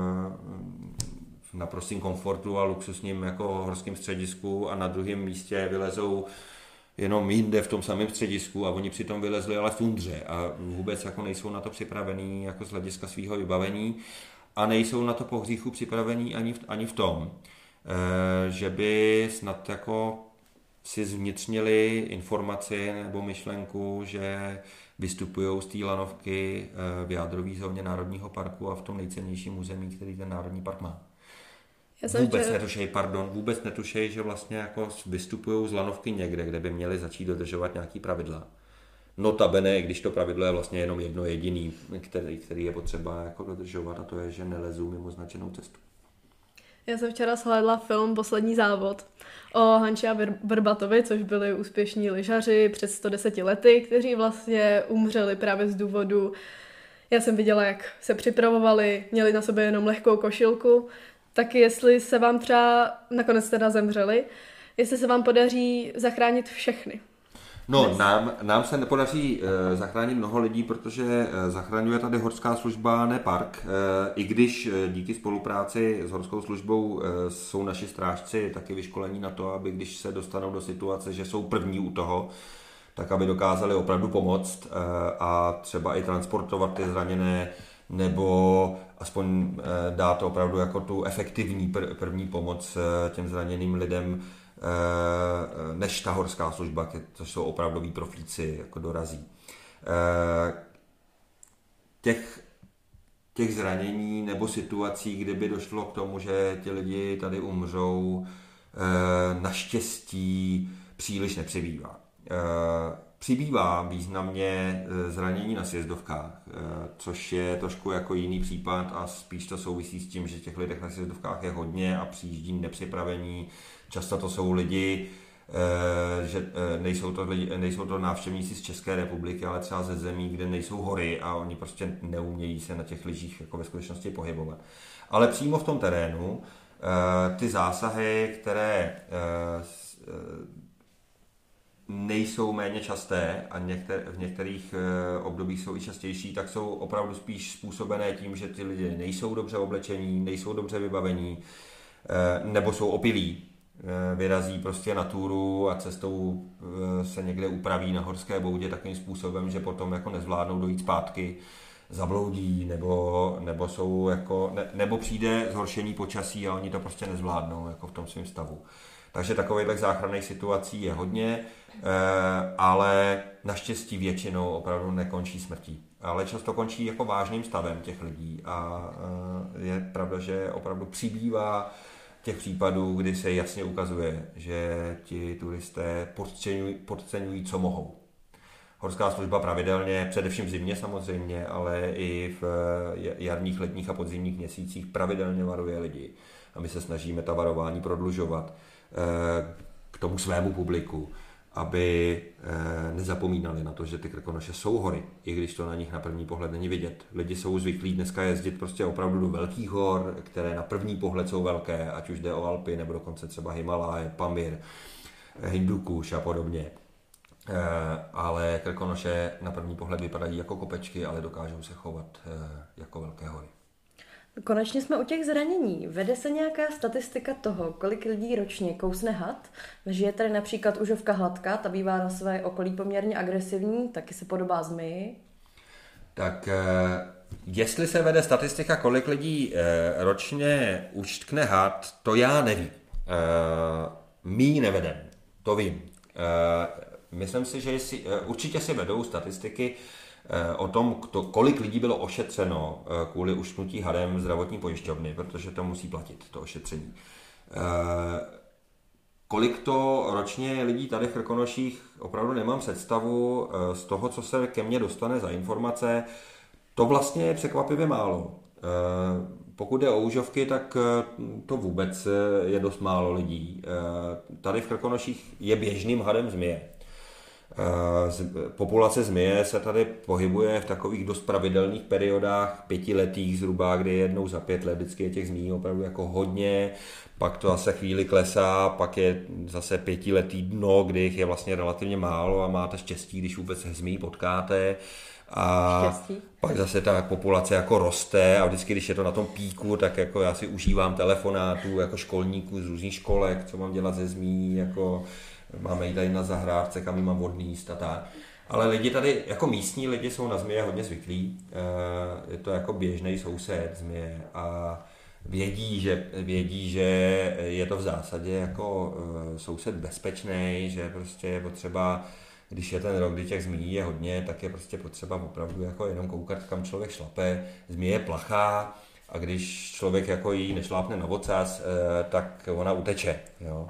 C: v naprostém komfortu a luxusním jako horském středisku a na druhém místě vylezou jenom jinde v tom samém středisku a oni přitom vylezli ale v tundře a vůbec jako nejsou na to připravení jako z hlediska svého vybavení a nejsou na to po hříchu připravení ani v, ani v tom, že by snad jako si zvnitřnili informaci nebo myšlenku, že vystupují z té lanovky v jádrové zóně Národního parku a v tom nejcennějším území, který ten Národní park má. Vůbec že... netušej, pardon, vůbec netušej, že vlastně jako vystupují z lanovky někde, kde by měli začít dodržovat nějaký pravidla. Notabene, když to pravidlo je vlastně jenom jedno jediný, který, který je potřeba jako dodržovat a to je, že nelezou mimo značenou cestu.
B: Já jsem včera shlédla film Poslední závod o Hanči a Vrbatovi, což byli úspěšní lyžaři před sto deseti lety, kteří vlastně umřeli právě z důvodu, já jsem viděla, jak se připravovali, měli na sobě jenom lehkou košilku, tak jestli se vám třeba, nakonec teda zemřeli, jestli se vám podaří zachránit všechny.
C: No, nám, nám se nepodaří e, zachránit mnoho lidí, protože e, zachraňuje tady horská služba, ne park. E, I když e, díky spolupráci s horskou službou e, jsou naši strážci taky vyškolení na to, aby když se dostanou do situace, že jsou první u toho, tak aby dokázali opravdu pomoct e, a třeba i transportovat ty zraněné, nebo aspoň e, dát opravdu jako tu efektivní pr- první pomoc e, těm zraněným lidem, než ta horská služba, což jsou opravdoví profíci, jako dorazí. Těch, těch zranění nebo situací, kdyby došlo k tomu, že ti lidi tady umřou, naštěstí příliš nepřibývá. Přibývá významně zranění na sjezdovkách, což je trošku jako jiný případ a spíš to souvisí s tím, že těch lidech na sjezdovkách je hodně a přijíždí nepřipravení. Často to jsou lidi, že nejsou to, lidi, nejsou to návštěvníci z České republiky, ale třeba ze zemí, kde nejsou hory a oni prostě neumějí se na těch lyžích jako ve skutečnosti pohybovat. Ale přímo v tom terénu ty zásahy, které nejsou méně časté a některé, v některých obdobích jsou i častější, tak jsou opravdu spíš způsobené tím, že ty lidi nejsou dobře oblečení, nejsou dobře vybavení, nebo jsou opilí. Vyrazí prostě na túru a cestou se někde upraví na horské boudě takovým způsobem, že potom jako nezvládnou dojít zpátky, zabloudí, nebo, nebo, jsou jako, ne, nebo přijde zhoršení počasí a oni to prostě nezvládnou jako v tom svém stavu. Takže takových záchranných situací je hodně, ale naštěstí většinou opravdu nekončí smrtí. Ale často končí jako vážným stavem těch lidí a je pravda, že opravdu přibývá těch případů, kdy se jasně ukazuje, že ti turisté podceňují, podceňují, co mohou. Horská služba pravidelně, především v zimě samozřejmě, ale i v jarních, letních a podzimních měsících pravidelně varuje lidi. A my se snažíme ta varování prodlužovat k tomu svému publiku, aby nezapomínali na to, že ty Krkonoše jsou hory, i když to na nich na první pohled není vidět. Lidi jsou zvyklí dneska jezdit prostě opravdu do velkých hor, které na první pohled jsou velké, ať už jde o Alpy, nebo dokonce třeba Himaláje, Pamir, Hindukuš a podobně. Ale Krkonoše na první pohled vypadají jako kopečky, ale dokážou se chovat jako velké hory.
A: Konečně jsme u těch zranění. Vede se nějaká statistika toho, kolik lidí ročně kousne had? Žije tady například užovka hladka, ta bývá na své okolí poměrně agresivní, taky se podobá zmiji.
C: Tak jestli se vede statistika, kolik lidí ročně uštkne had, to já nevím. My ji nevedem, to vím. myslím si, že si, určitě si vedou statistiky o tom, kdo, kolik lidí bylo ošetřeno kvůli ušknutí hadem zdravotní pojišťovny, protože to musí platit, to ošetření. Kolik to ročně lidí tady v Krkonoších, opravdu nemám představu z toho, co se ke mně dostane za informace, to vlastně je překvapivě málo. Pokud jde o úžovky, tak to vůbec je dost málo lidí. Tady v Krkonoších je běžným hadem zmije. Populace zmije se tady pohybuje v takových dost pravidelných periodách, pětiletých zhruba, kdy jednou za pět let vždycky je těch zmí opravdu jako hodně, pak to zase chvíli klesá, pak je zase pětiletý dno, kdy jich je vlastně relativně málo a máte štěstí, když vůbec zmí potkáte. A
A: Štěstí.
C: Pak zase ta populace jako roste a vždycky, když je to na tom píku, tak jako já si užívám telefonátů jako školníků z různých školek, co mám dělat ze zmí, jako máme jít tady na zahrádce, kam mám vodný jíst a tak. Ale lidi tady, jako místní lidi jsou na zmije hodně zvyklí, je to jako běžný soused zmije a vědí, že, vědí, že je to v zásadě jako soused bezpečný, že prostě je potřeba, když je ten rok, kdy těch zmíjí je hodně, tak je prostě potřeba opravdu jako jenom koukat, kam člověk šlape. Zmije je plachá a když člověk jako jí nešlápne na ocas, tak ona uteče. Jo.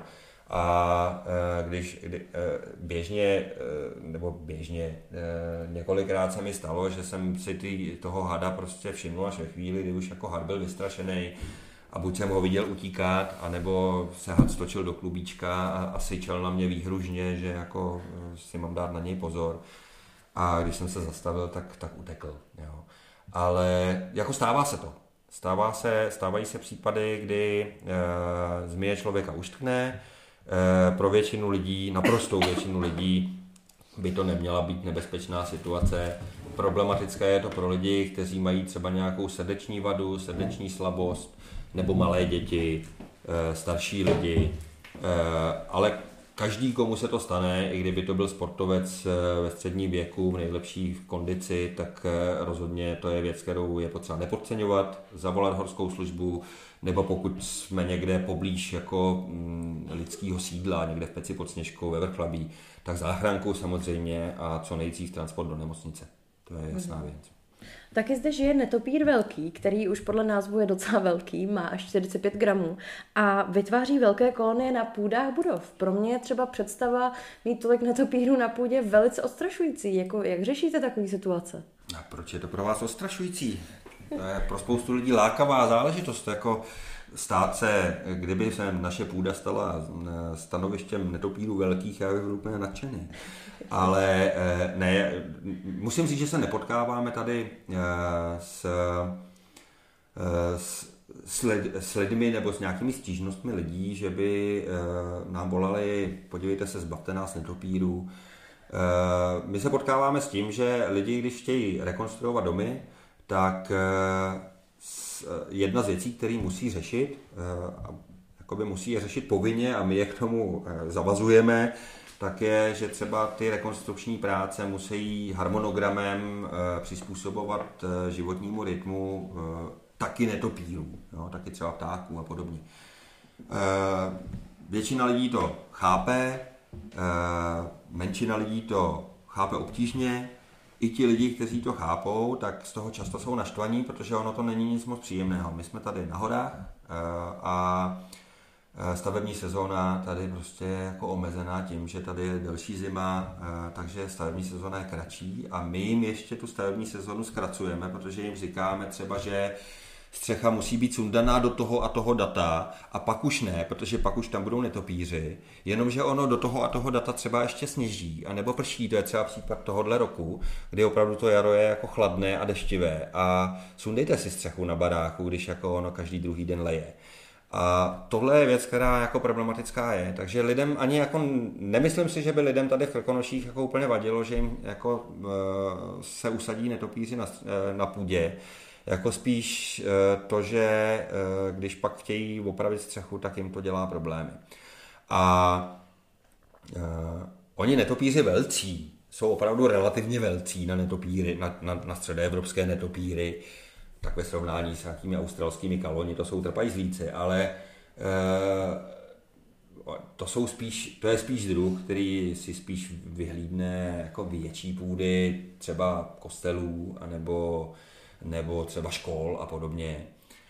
C: A když kdy, běžně, nebo běžně, několikrát se mi stalo, že jsem si ty, toho hada prostě všiml až ve chvíli, kdy už jako had byl vystrašený a buď jsem ho viděl utíkat, anebo se had stočil do klubíčka a, a syčel na mě výhružně, že jako si mám dát na něj pozor. A když jsem se zastavil, tak, tak utekl. Jo. Ale jako stává se to. Stává se, stávají se případy, kdy e, zmije člověka uštkne. E, pro většinu lidí, naprostou většinu lidí, by to neměla být nebezpečná situace. Problematické je to pro lidi, kteří mají třeba nějakou srdeční vadu, srdeční slabost, nebo malé děti, e, starší lidi. E, ale každý, komu se to stane, i kdyby to byl sportovec ve středním věku, v nejlepší kondici, tak rozhodně to je věc, kterou je potřeba nepodceňovat, zavolat horskou službu, nebo pokud jsme někde poblíž jako lidského sídla, někde v Peci pod Sněžkou, ve Vrchlabí, tak záchranku samozřejmě a co nejdřív transport do nemocnice. To je jasná mm-hmm. věc.
A: Taky zde žije netopír velký, který už podle názvu je docela velký, má až čtyřicet pět gramů a vytváří velké kolonie na půdách budov. Pro mě je třeba představa mít tolik netopírů na půdě velice odstrašující. Jako, jak řešíte takové situace?
C: A proč je to pro vás odstrašující? To je pro spoustu lidí lákavá záležitost. Jako stát se, kdyby se naše půda stala stanovištěm netopírů velkých, já bych byl úplně nadšený. Ale ne, musím říct, že se nepotkáváme tady s, s, s lidmi nebo s nějakými stížnostmi lidí, že by nám volali, podívejte se, zbavte nás netopírů. My se potkáváme s tím, že lidi, když chtějí rekonstruovat domy, tak jedna z věcí, které musí řešit, jakoby musí je řešit povinně a my je k tomu zavazujeme, tak je, že třeba ty rekonstrukční práce musí harmonogramem přizpůsobovat životnímu rytmu taky netopírů, jo, taky třeba ptáků a podobně. Většina lidí to chápe, menšina lidí to chápe obtížně, i ti lidi, kteří to chápou, tak z toho často jsou naštvaní, protože ono to není nic moc příjemného. My jsme tady na horách a stavební sezóna tady prostě je jako omezená tím, že tady je delší zima, takže stavební sezóna je kratší a my jim ještě tu stavební sezónu zkracujeme, protože jim říkáme třeba, že střecha musí být sundaná do toho a toho data a pak už ne, protože pak už tam budou netopíři, jenomže ono do toho a toho data třeba ještě sněží, anebo prší, to je třeba případ tohohle roku, kdy opravdu to jaro je jako chladné a deštivé a sundejte si střechu na baráku, když jako ono každý druhý den leje. A tohle je věc, která jako problematická je, takže lidem ani jako, nemyslím si, že by lidem tady v Krkonoších jako úplně vadilo, že jim jako se usadí netopíři na, na půdě, jako spíš to, že když pak chtějí opravit střechu, tak jim to dělá problémy. A uh, oni netopíři velcí, jsou opravdu relativně velcí na netopíry, na, na, na středoevropské netopíry, tak ve srovnání s nějakými australskými kaloni, to jsou trpajzlíci, ale uh, to jsou spíš, to je spíš druh, který si spíš vyhlídne jako větší půdy, třeba kostelů, anebo, nebo třeba škol a podobně.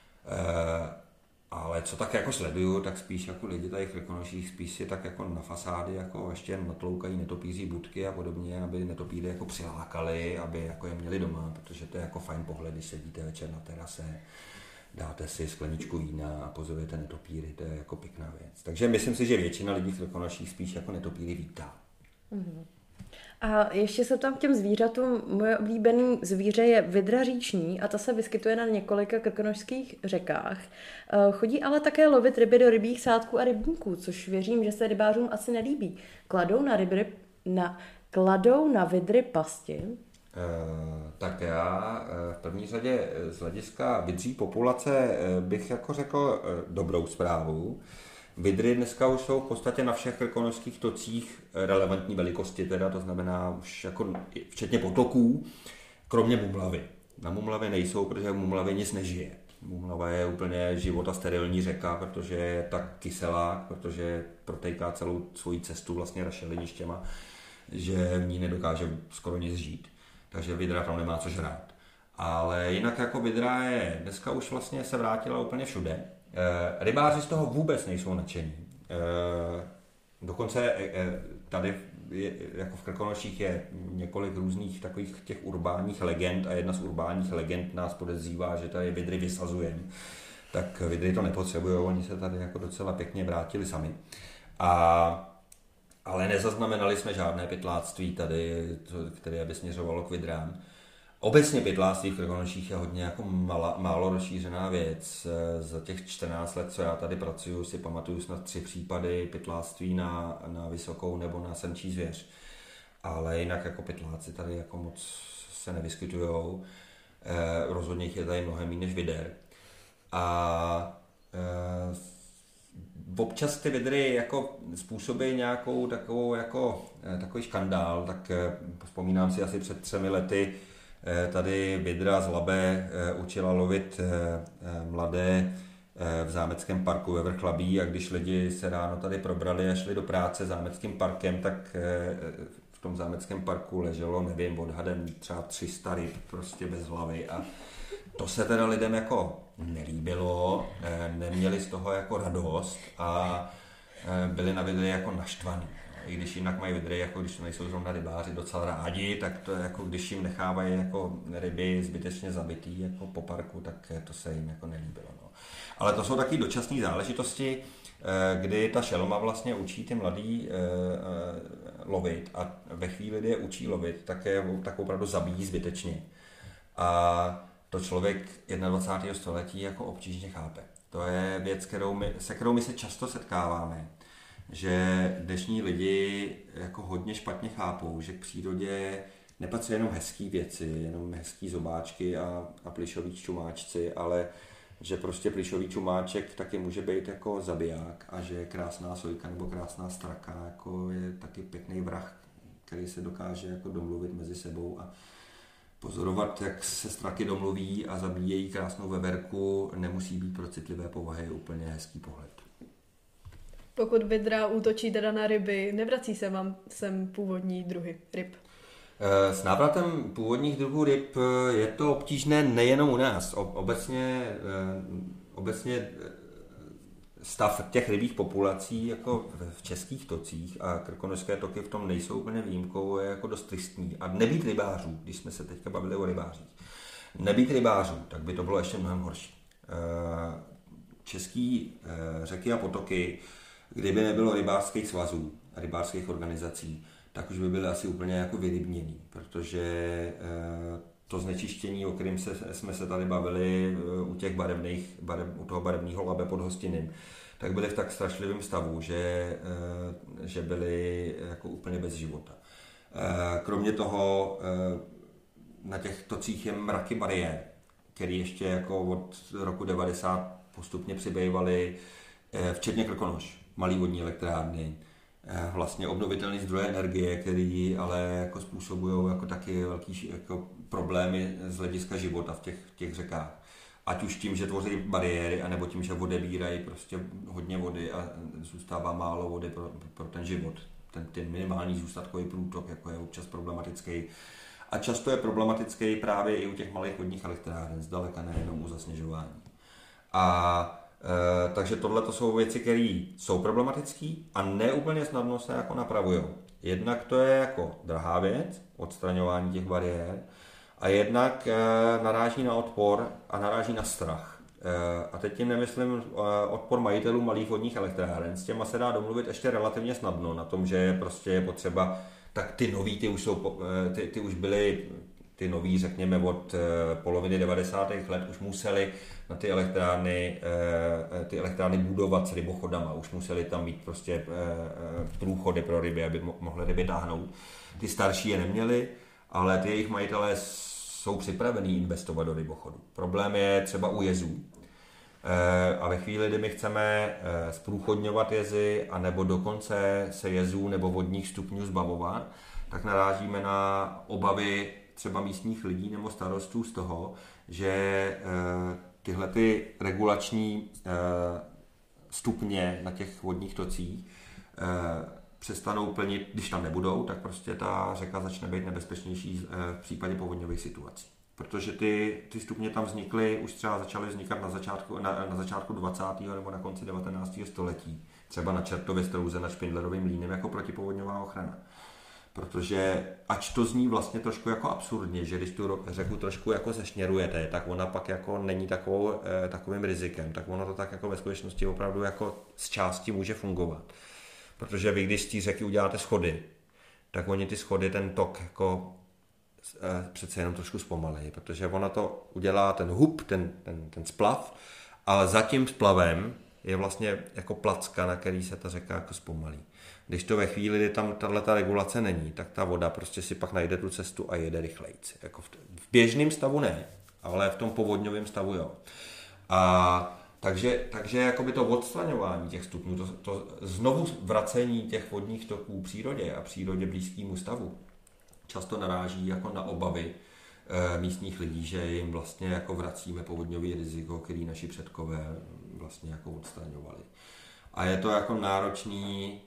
C: E, ale co tak jako sleduju, tak spíš jako lidi tady v Krkonoších spíš si tak jako na fasády jako ještě natloukají netopíří budky a podobně, aby netopíry jako přilákali, aby jako je měli doma, protože to je jako fajn pohled, když sedíte večer na terase, dáte si skleničku vína a pozorujete netopíry, to je jako pěkná věc. Takže myslím si, že většina lidí v Krkonoších spíš jako netopíry vítá.
A: Mm-hmm. A ještě se tam k těm zvířatům, moje oblíbené zvíře je vydra říční a ta se vyskytuje na několika krkonošských řekách. Chodí ale také lovit ryby do rybích sádků a rybníků, což věřím, že se rybářům asi nelíbí. Kladou na, ryby, na, kladou na vydry pasti?
C: Uh, tak já uh, v první řadě z hlediska vydří populace uh, bych jako řekl uh, dobrou zprávu. Vydry dneska už jsou v podstatě na všech krkonošských tocích relevantní velikosti, teda to znamená už jako včetně potoků, kromě Mumlavy. Na Mumlavě nejsou, protože v Mumlavě nic nežije. Mumlava je úplně života sterilní řeka, protože je tak kyselá, protože protéká celou svoji cestu vlastně rašeliništěma, že v ní nedokáže skoro nic žít. Takže vydra tam nemá co žrát. Ale jinak jako vydra je dneska už vlastně se vrátila úplně všude. E, rybáři z toho vůbec nejsou nadšení. E, dokonce e, tady je, jako v Krkonoších je několik různých takových těch urbánních legend a jedna z urbánních legend nás podezřívá, že tady vydry vysazujeme. Tak vydry to nepotřebují, oni se tady jako docela pěkně vrátili sami. A ale nezaznamenali jsme žádné pytláctví tady, které by směřovalo k vydrám. Obecně pytláctví v Krkonoších je hodně jako mala, málo rozšířená věc. Za těch čtrnáct let, co já tady pracuji, si pamatuju snad tři případy pytláctví na, na vysokou nebo na srnčí zvěř. Ale jinak jako pytláci tady jako moc se nevyskytujou. Eh, rozhodně jich je tady mnohem méně než vyder. A eh, občas ty vydry jako způsobí nějakou takovou jako takový škandál, tak vzpomínám si asi před třemi lety tady vydra z Labe učila lovit mladé v Zámeckém parku ve Vrchlabí a když lidi se ráno tady probrali a šli do práce Zámeckým parkem, tak v tom Zámeckém parku leželo, nevím, odhadem třeba tři sta ryb prostě bez hlavy a to se teda lidem jako nelíbilo, neměli z toho jako radost a byli na vydry jako naštvaní. I když jinak mají vydry, jako když to nejsou zrovna rybáři docela rádi, tak to jako když jim nechávají jako ryby zbytečně zabitý jako po parku, tak to se jim jako nelíbilo. No. Ale to jsou taky dočasné záležitosti, kdy ta šelma vlastně učí ty mladý lovit a ve chvíli, kdy je učí lovit, tak je tak opravdu zabíjí zbytečně. A to člověk dvacátého prvního století jako obtížně chápe. To je věc, kterou my, se kterou my se často setkáváme, že dnešní lidi jako hodně špatně chápou, že k přírodě nepatří jenom hezký věci, jenom hezký zobáčky a, a plyšový čumáčci, ale že prostě plyšový čumáček taky může být jako zabiják a že krásná sojka nebo krásná straka jako je taky pěkný vrah, který se dokáže jako domluvit mezi sebou a pozorovat, jak se straky domluví a zabíjejí krásnou veverku, nemusí být pro citlivé povahy úplně hezký pohled.
B: Pokud vydra útočí teda na ryby, nevrací se vám sem původní druhy ryb?
C: S návratem původních druhů ryb je to obtížné nejenom u nás. Obecně, obecně stav těch rybích populací jako v českých tocích a krkonošské toky v tom nejsou úplně výjimkou, je jako dost tristní. A nebýt rybářů, když jsme se teďka bavili o rybářích, nebýt rybářů, tak by to bylo ještě mnohem horší. Český řeky a potoky, kdyby nebylo rybářských svazů a rybářských organizací, tak už by byly asi úplně jako vyrybněný, protože to znečištění, o kterém se, jsme se tady bavili u těch barevných, barev, u toho barevného Labe pod Hostiným, tak byly v tak strašlivém stavu, že, že byly jako úplně bez života. Kromě toho na těch tocích je mraky bariér, které ještě jako od roku devadesát postupně přibývaly, včetně Krkonoš, malý vodní elektrárny, vlastně obnovitelné zdroje energie, které ale jako způsobují jako taky velký jako problémy z hlediska života v těch, těch řekách. ať už tím, že tvoří bariéry, anebo tím, že odebírají prostě hodně vody a zůstává málo vody pro, pro ten život. Ten, ten minimální zůstatkový průtok jako je občas problematický. A často je problematický právě i u těch malých vodních elektráren, zdaleka nejenom u zasněžování. A e, takže tohle to jsou věci, které jsou problematické a neúplně snadno se jako napravují. Jednak to je jako drahá věc, odstraňování těch bariér, a jednak e, naráží na odpor a naráží na strach. E, a teď tím nemyslím e, odpor majitelů malých vodních elektráren. S těma se dá domluvit ještě relativně snadno na tom, že prostě je potřeba, tak ty nový, ty už, jsou, ty, ty už byly, ty nový, řekněme, od poloviny devadesátých let už museli na ty elektrárny, ty elektrárny budovat s rybochodama, už museli tam mít prostě průchody pro ryby, aby mohly ryby táhnout. Ty starší je neměli, ale ty jejich majitelé jsou připravení investovat do rybochodu. Problém je třeba u jezů. A ve chvíli, kdy my chceme zprůchodňovat jezy, anebo dokonce se jezů nebo vodních stupňů zbavovat, tak narážíme na obavy třeba místních lidí nebo starostů z toho, že tyhle ty regulační stupně na těch vodních tocích přestanou plnit, když tam nebudou, tak prostě ta řeka začne být nebezpečnější v případě povodňových situací. Protože ty, ty stupně tam vznikly, už třeba začaly vznikat na začátku, na, na začátku dvacátého nebo na konci devatenáctého století. Třeba na Čertově Strouze nad Špindlerovým mlýnem jako protipovodňová ochrana. Protože ač to zní vlastně trošku jako absurdně, že když tu řeku trošku jako zešněrujete, tak ona pak jako není takovou, eh, takovým rizikem, tak ono to tak jako ve skutečnosti opravdu jako z části může fungovat. Protože vy, když z té řeky uděláte schody, tak oni ty schody, ten tok jako eh, přece jenom trošku zpomalí, protože ona to udělá ten hub, ten, ten, ten splav, ale za tím splavem je vlastně jako placka, na který se ta řeka jako zpomalí. Když to ve chvíli, kdy tam tato regulace není, tak ta voda prostě si pak najde tu cestu a jede rychlejc. Jako v, v běžném stavu ne, ale v tom povodňovém stavu jo. A takže, takže jakoby to odstraňování těch stupňů, to, to znovu vracení těch vodních toků přírodě a přírodě blízkému stavu často naráží jako na obavy e, místních lidí, že jim vlastně jako vracíme povodňový riziko, který naši předkové vlastně jako odstraňovali. A je to jako náročný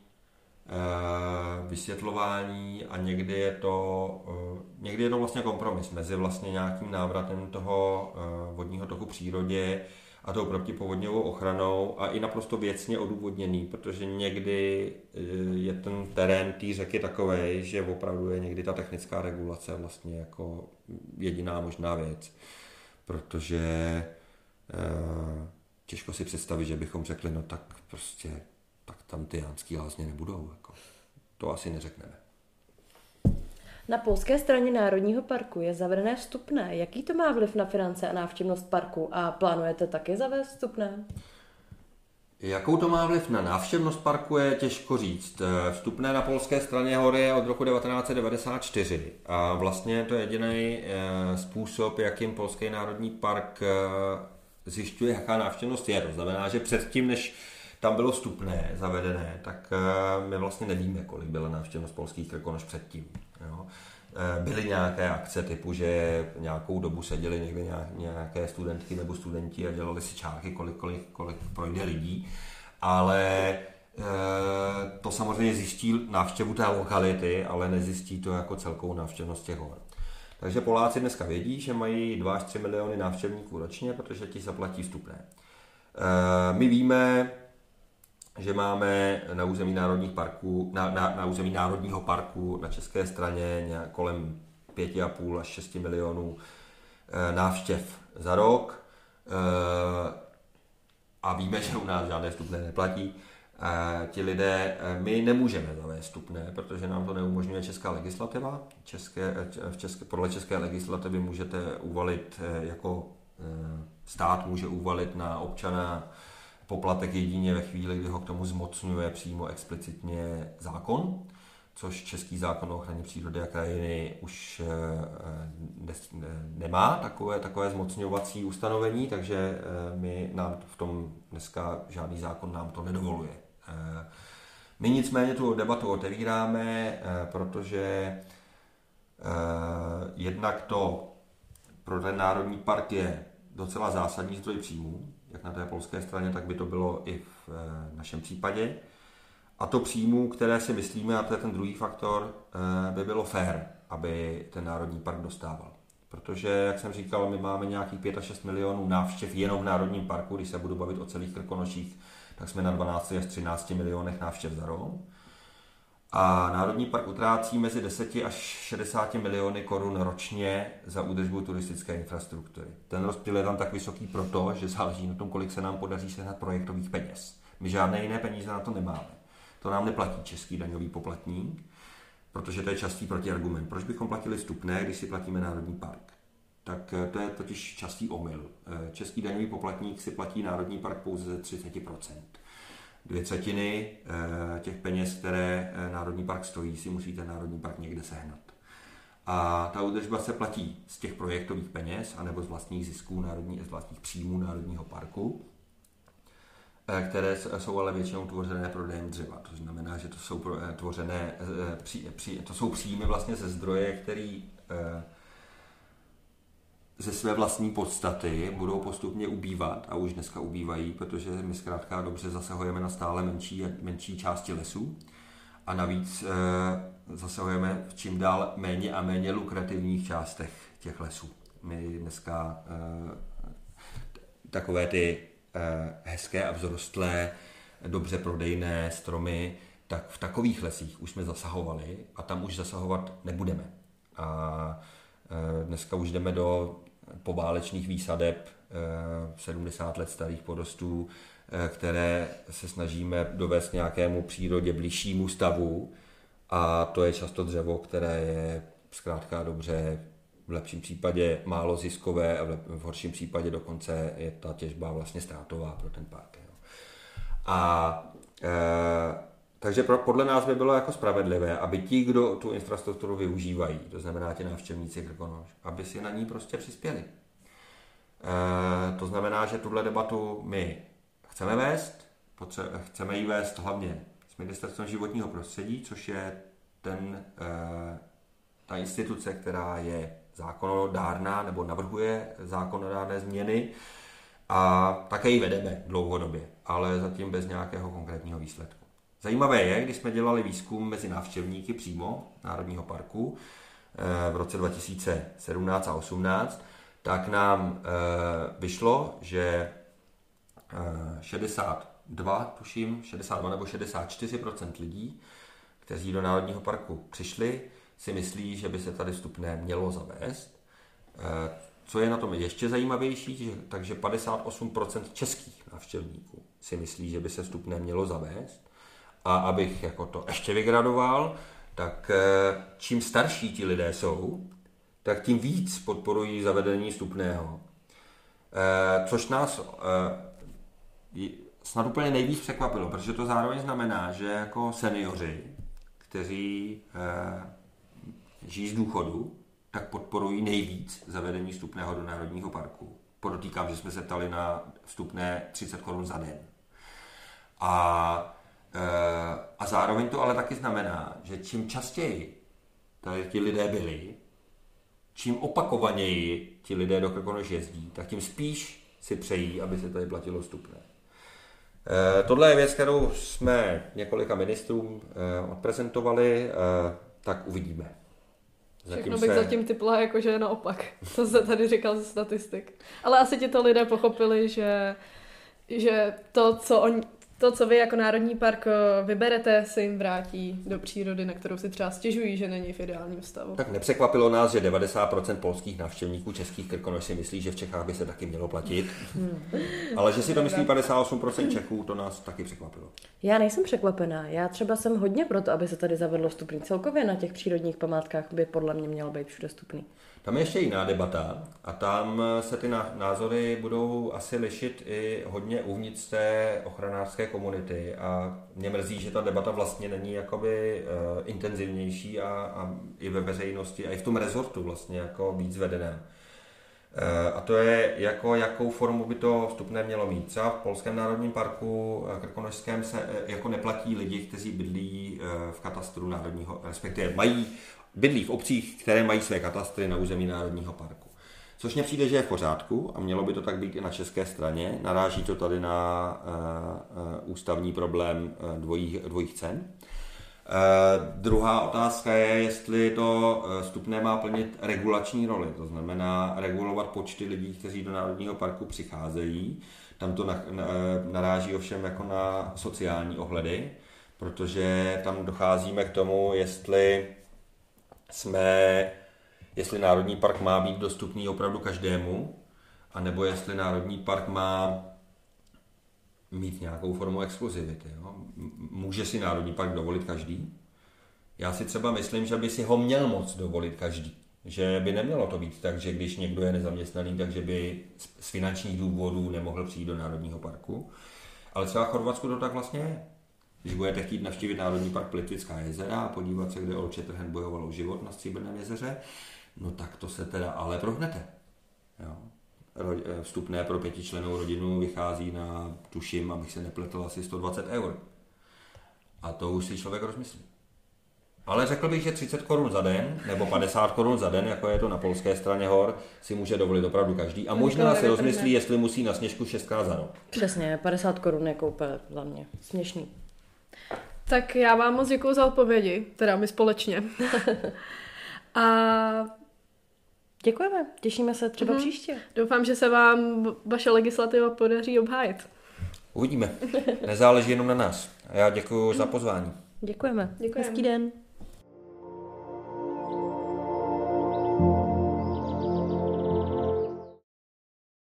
C: vysvětlování a někdy je to někdy je to vlastně kompromis mezi vlastně nějakým návratem toho vodního toku přírodě a tou protipovodňovou ochranou a i naprosto věcně odůvodněný, protože někdy je ten terén té řeky takovej, že opravdu je někdy ta technická regulace vlastně jako jediná možná věc, protože těžko si představit, že bychom řekli, no tak prostě tak tam ty jánský lázně nebudou. Jako. To asi neřekneme.
A: Na polské straně Národního parku je zavedené vstupné. Jaký to má vliv na finance a návštěvnost parku? A plánujete taky zavést vstupné?
C: Jakou to má vliv na návštěvnost parku je těžko říct. Vstupné na polské straně hory je od roku devatenáct set devadesát čtyři a vlastně to je jediný způsob, jakým Polský národní park zjišťuje, jaká návštěvnost je. To znamená, že předtím, než tam bylo vstupné zavedené, tak my vlastně nevíme, kolik byla návštěvnost polských krkonoš předtím. Jo. Byly nějaké akce typu, že nějakou dobu seděli někde nějaké studentky nebo studenti a dělali si čárky, kolik, kolik, kolik projde lidí, ale to samozřejmě zjistí návštěvu té lokality, ale nezjistí to jako celkovou návštěvnost těch hor. Takže Poláci dneska vědí, že mají dva až tři miliony návštěvníků ročně, protože ti zaplatí vstupné. My víme, že máme na území národních parků, na, na, na území národního parku na české straně nějak kolem pět a půl až šest milionů e, návštěv za rok e, a víme, že u nás žádné vstupné neplatí. E, ti lidé, e, my nemůžeme zavést vstupné, protože nám to neumožňuje česká legislativa. České, v české, podle české legislativy můžete uvalit e, jako e, stát může uvalit na občana poplatek jedině ve chvíli, kdy ho k tomu zmocňuje přímo explicitně zákon, což český zákon o ochraně přírody a krajiny už ne, ne, nemá takové, takové zmocňovací ustanovení, takže my nám v tom dneska žádný zákon nám to nedovoluje. My nicméně tu debatu otevíráme, protože jednak to pro ten národní park je docela zásadní zdroj příjmů, jak na té polské straně, tak by to bylo i v našem případě. A to příjmů, které si myslíme, a to je ten druhý faktor, by bylo fér, aby ten národní park dostával. Protože, jak jsem říkal, my máme nějakých pět až šest milionů návštěv jenom v národním parku, když se budu bavit o celých Krkonoších, tak jsme na dvanáct až třináct milionech návštěv za rok. A národní park utrácí mezi deset až šedesát miliony korun ročně za údržbu turistické infrastruktury. Ten rozdíl je tam tak vysoký proto, že záleží na tom, kolik se nám podaří sehnat projektových peněz. My žádné jiné peníze na to nemáme. To nám neplatí český daňový poplatník, protože to je častý protiargument. Proč bychom platili vstupné, když si platíme národní park? Tak to je totiž častý omyl. Český daňový poplatník si platí národní park pouze ze třicet procent. Dvě třetiny těch peněz, které národní park stojí, si musí ten národní park někde sehnat. A ta údržba se platí z těch projektových peněz, anebo z vlastních zisků, národní, z vlastních příjmů národního parku, které jsou ale většinou tvořené prodejem dřeva. To znamená, že to jsou tvořené, to jsou příjmy vlastně ze zdroje, který ze své vlastní podstaty budou postupně ubývat a už dneska ubývají, protože my zkrátka dobře zasahujeme na stále menší, menší části lesů a navíc e, zasahujeme v čím dál méně a méně lukrativních částech těch lesů. My dneska e, takové ty e, hezké a vzrostlé, dobře prodejné stromy, tak v takových lesích už jsme zasahovali a tam už zasahovat nebudeme. A dneska už jdeme do poválečných výsadeb sedmdesát let starých porostů, které se snažíme dovést nějakému přírodě bližšímu stavu a to je často dřevo, které je zkrátka dobře v lepším případě málo ziskové a v horším případě dokonce je ta těžba vlastně ztrátová pro ten park. A e, takže podle nás by bylo jako spravedlivé, aby ti, kdo tu infrastrukturu využívají, to znamená ti návštěvníci Krkonoš, aby si na ní prostě přispěli. E, to znamená, že tuhle debatu my chceme vést, potře- chceme ji vést hlavně s Ministerstvem životního prostředí, což je ten, e, ta instituce, která je zákonodárná nebo navrhuje zákonodárné změny a také ji vedeme dlouhodobě, ale zatím bez nějakého konkrétního výsledku. Zajímavé je, když jsme dělali výzkum mezi návštěvníky přímo Národního parku v roce dva tisíce sedmnáct a osmnáct, tak nám vyšlo, že šedesát dva, tuším, šedesát dva nebo šedesát čtyři procent lidí, kteří do Národního parku přišli, si myslí, že by se tady vstupné mělo zavést. Co je na tom ještě zajímavější, že, takže padesát osm procent českých návštěvníků si myslí, že by se vstupné mělo zavést. A abych jako to ještě vygradoval, tak čím starší ti lidé jsou, tak tím víc podporují zavedení vstupného. Což nás snad úplně nejvíc překvapilo, protože to zároveň znamená, že jako seniori, kteří žijí z důchodu, tak podporují nejvíc zavedení vstupného do Národního parku. Podotýkám, že jsme se ptali na vstupné třicet korun za den. A A zároveň to ale taky znamená, že čím častěji tady ti lidé byli, čím opakovaněji ti lidé do Krkonoš jezdí, tak tím spíš si přejí, aby se tady platilo vstupné. E, tohle je věc, kterou jsme několika ministrům e, odprezentovali, e, tak uvidíme.
B: Zatím Všechno bych se... zatím typla, jakože je naopak. To se tady říkal ze statistik. Ale asi ti to lidé pochopili, že, že to, co oni... To, co vy jako Národní park vyberete, se jim vrátí do přírody, na kterou si třeba stěžují, že není v ideálním stavu.
C: Tak nepřekvapilo nás, že devadesát procent polských návštěvníků českých Krkonoš si myslí, že v Čechách by se taky mělo platit. Hmm. Ale že si to myslí padesát osm procent Čechů, to nás taky překvapilo.
A: Já nejsem překvapená. Já třeba jsem hodně proto, aby se tady zavedlo vstupný. Celkově na těch přírodních památkách by podle mě mělo být všude vstupný.
C: Tam je ještě jiná debata a tam se ty názory budou asi lišit i hodně uvnitř té ochranářské komunity a mě mrzí, že ta debata vlastně není jakoby uh, intenzivnější a, a i ve veřejnosti a i v tom rezortu vlastně jako víc vedená. Uh, a to je, jako, jakou formu by to vstupné mělo mít. Třeba v Polském národním parku krkonošském se jako neplatí lidi, kteří bydlí uh, v katastru národního, respektive mají bydlí v obcích, které mají své katastry na území Národního parku. Což mně přijde, že je v pořádku a mělo by to tak být i na české straně. Naráží to tady na uh, uh, ústavní problém uh, dvojích, dvojích cen. Uh, druhá otázka je, jestli to vstupné má plnit regulační roli, to znamená regulovat počty lidí, kteří do Národního parku přicházejí. Tam to na, na, naráží ovšem jako na sociální ohledy, protože tam docházíme k tomu, jestli jsme, jestli Národní park má být dostupný opravdu každému, anebo jestli Národní park má mít nějakou formu exkluzivity. Jo? Může si Národní park dovolit každý? Já si třeba myslím, že by si ho měl moc dovolit každý. Že by nemělo to být tak, že když někdo je nezaměstnaný, takže by z finančních důvodů nemohl přijít do Národního parku. Ale třeba v Chorvatsku to tak vlastně je. Když budete chtít navštívit Národní park Plitvická jezera a podívat se, kde Old Shatterhand bojoval o život na Stříbrném jezeře, no tak to se teda ale prohnete. Jo. Vstupné pro pětičlennou rodinu vychází na, tuším, abych se nepletl, asi sto dvacet eur. A to už si člověk rozmyslí. Ale řekl bych, že třicet korun za den, nebo padesát korun za den, jako je to na polské straně hor, si může dovolit opravdu každý. A možná si rozmyslí, jestli musí na Sněžku šestkrát za rok.
A: Přesně, padesát korun je koupě za mě. Směšný.
B: Tak já vám moc děkuju za odpovědi, teda my společně. A
A: děkujeme, těšíme se třeba mm-hmm. příště.
B: Doufám, že se vám vaše legislativa podaří obhájit.
C: Uvidíme, nezáleží jenom na nás. A já děkuji za pozvání.
A: Děkujeme.
B: Děkujeme.
A: Hezký den.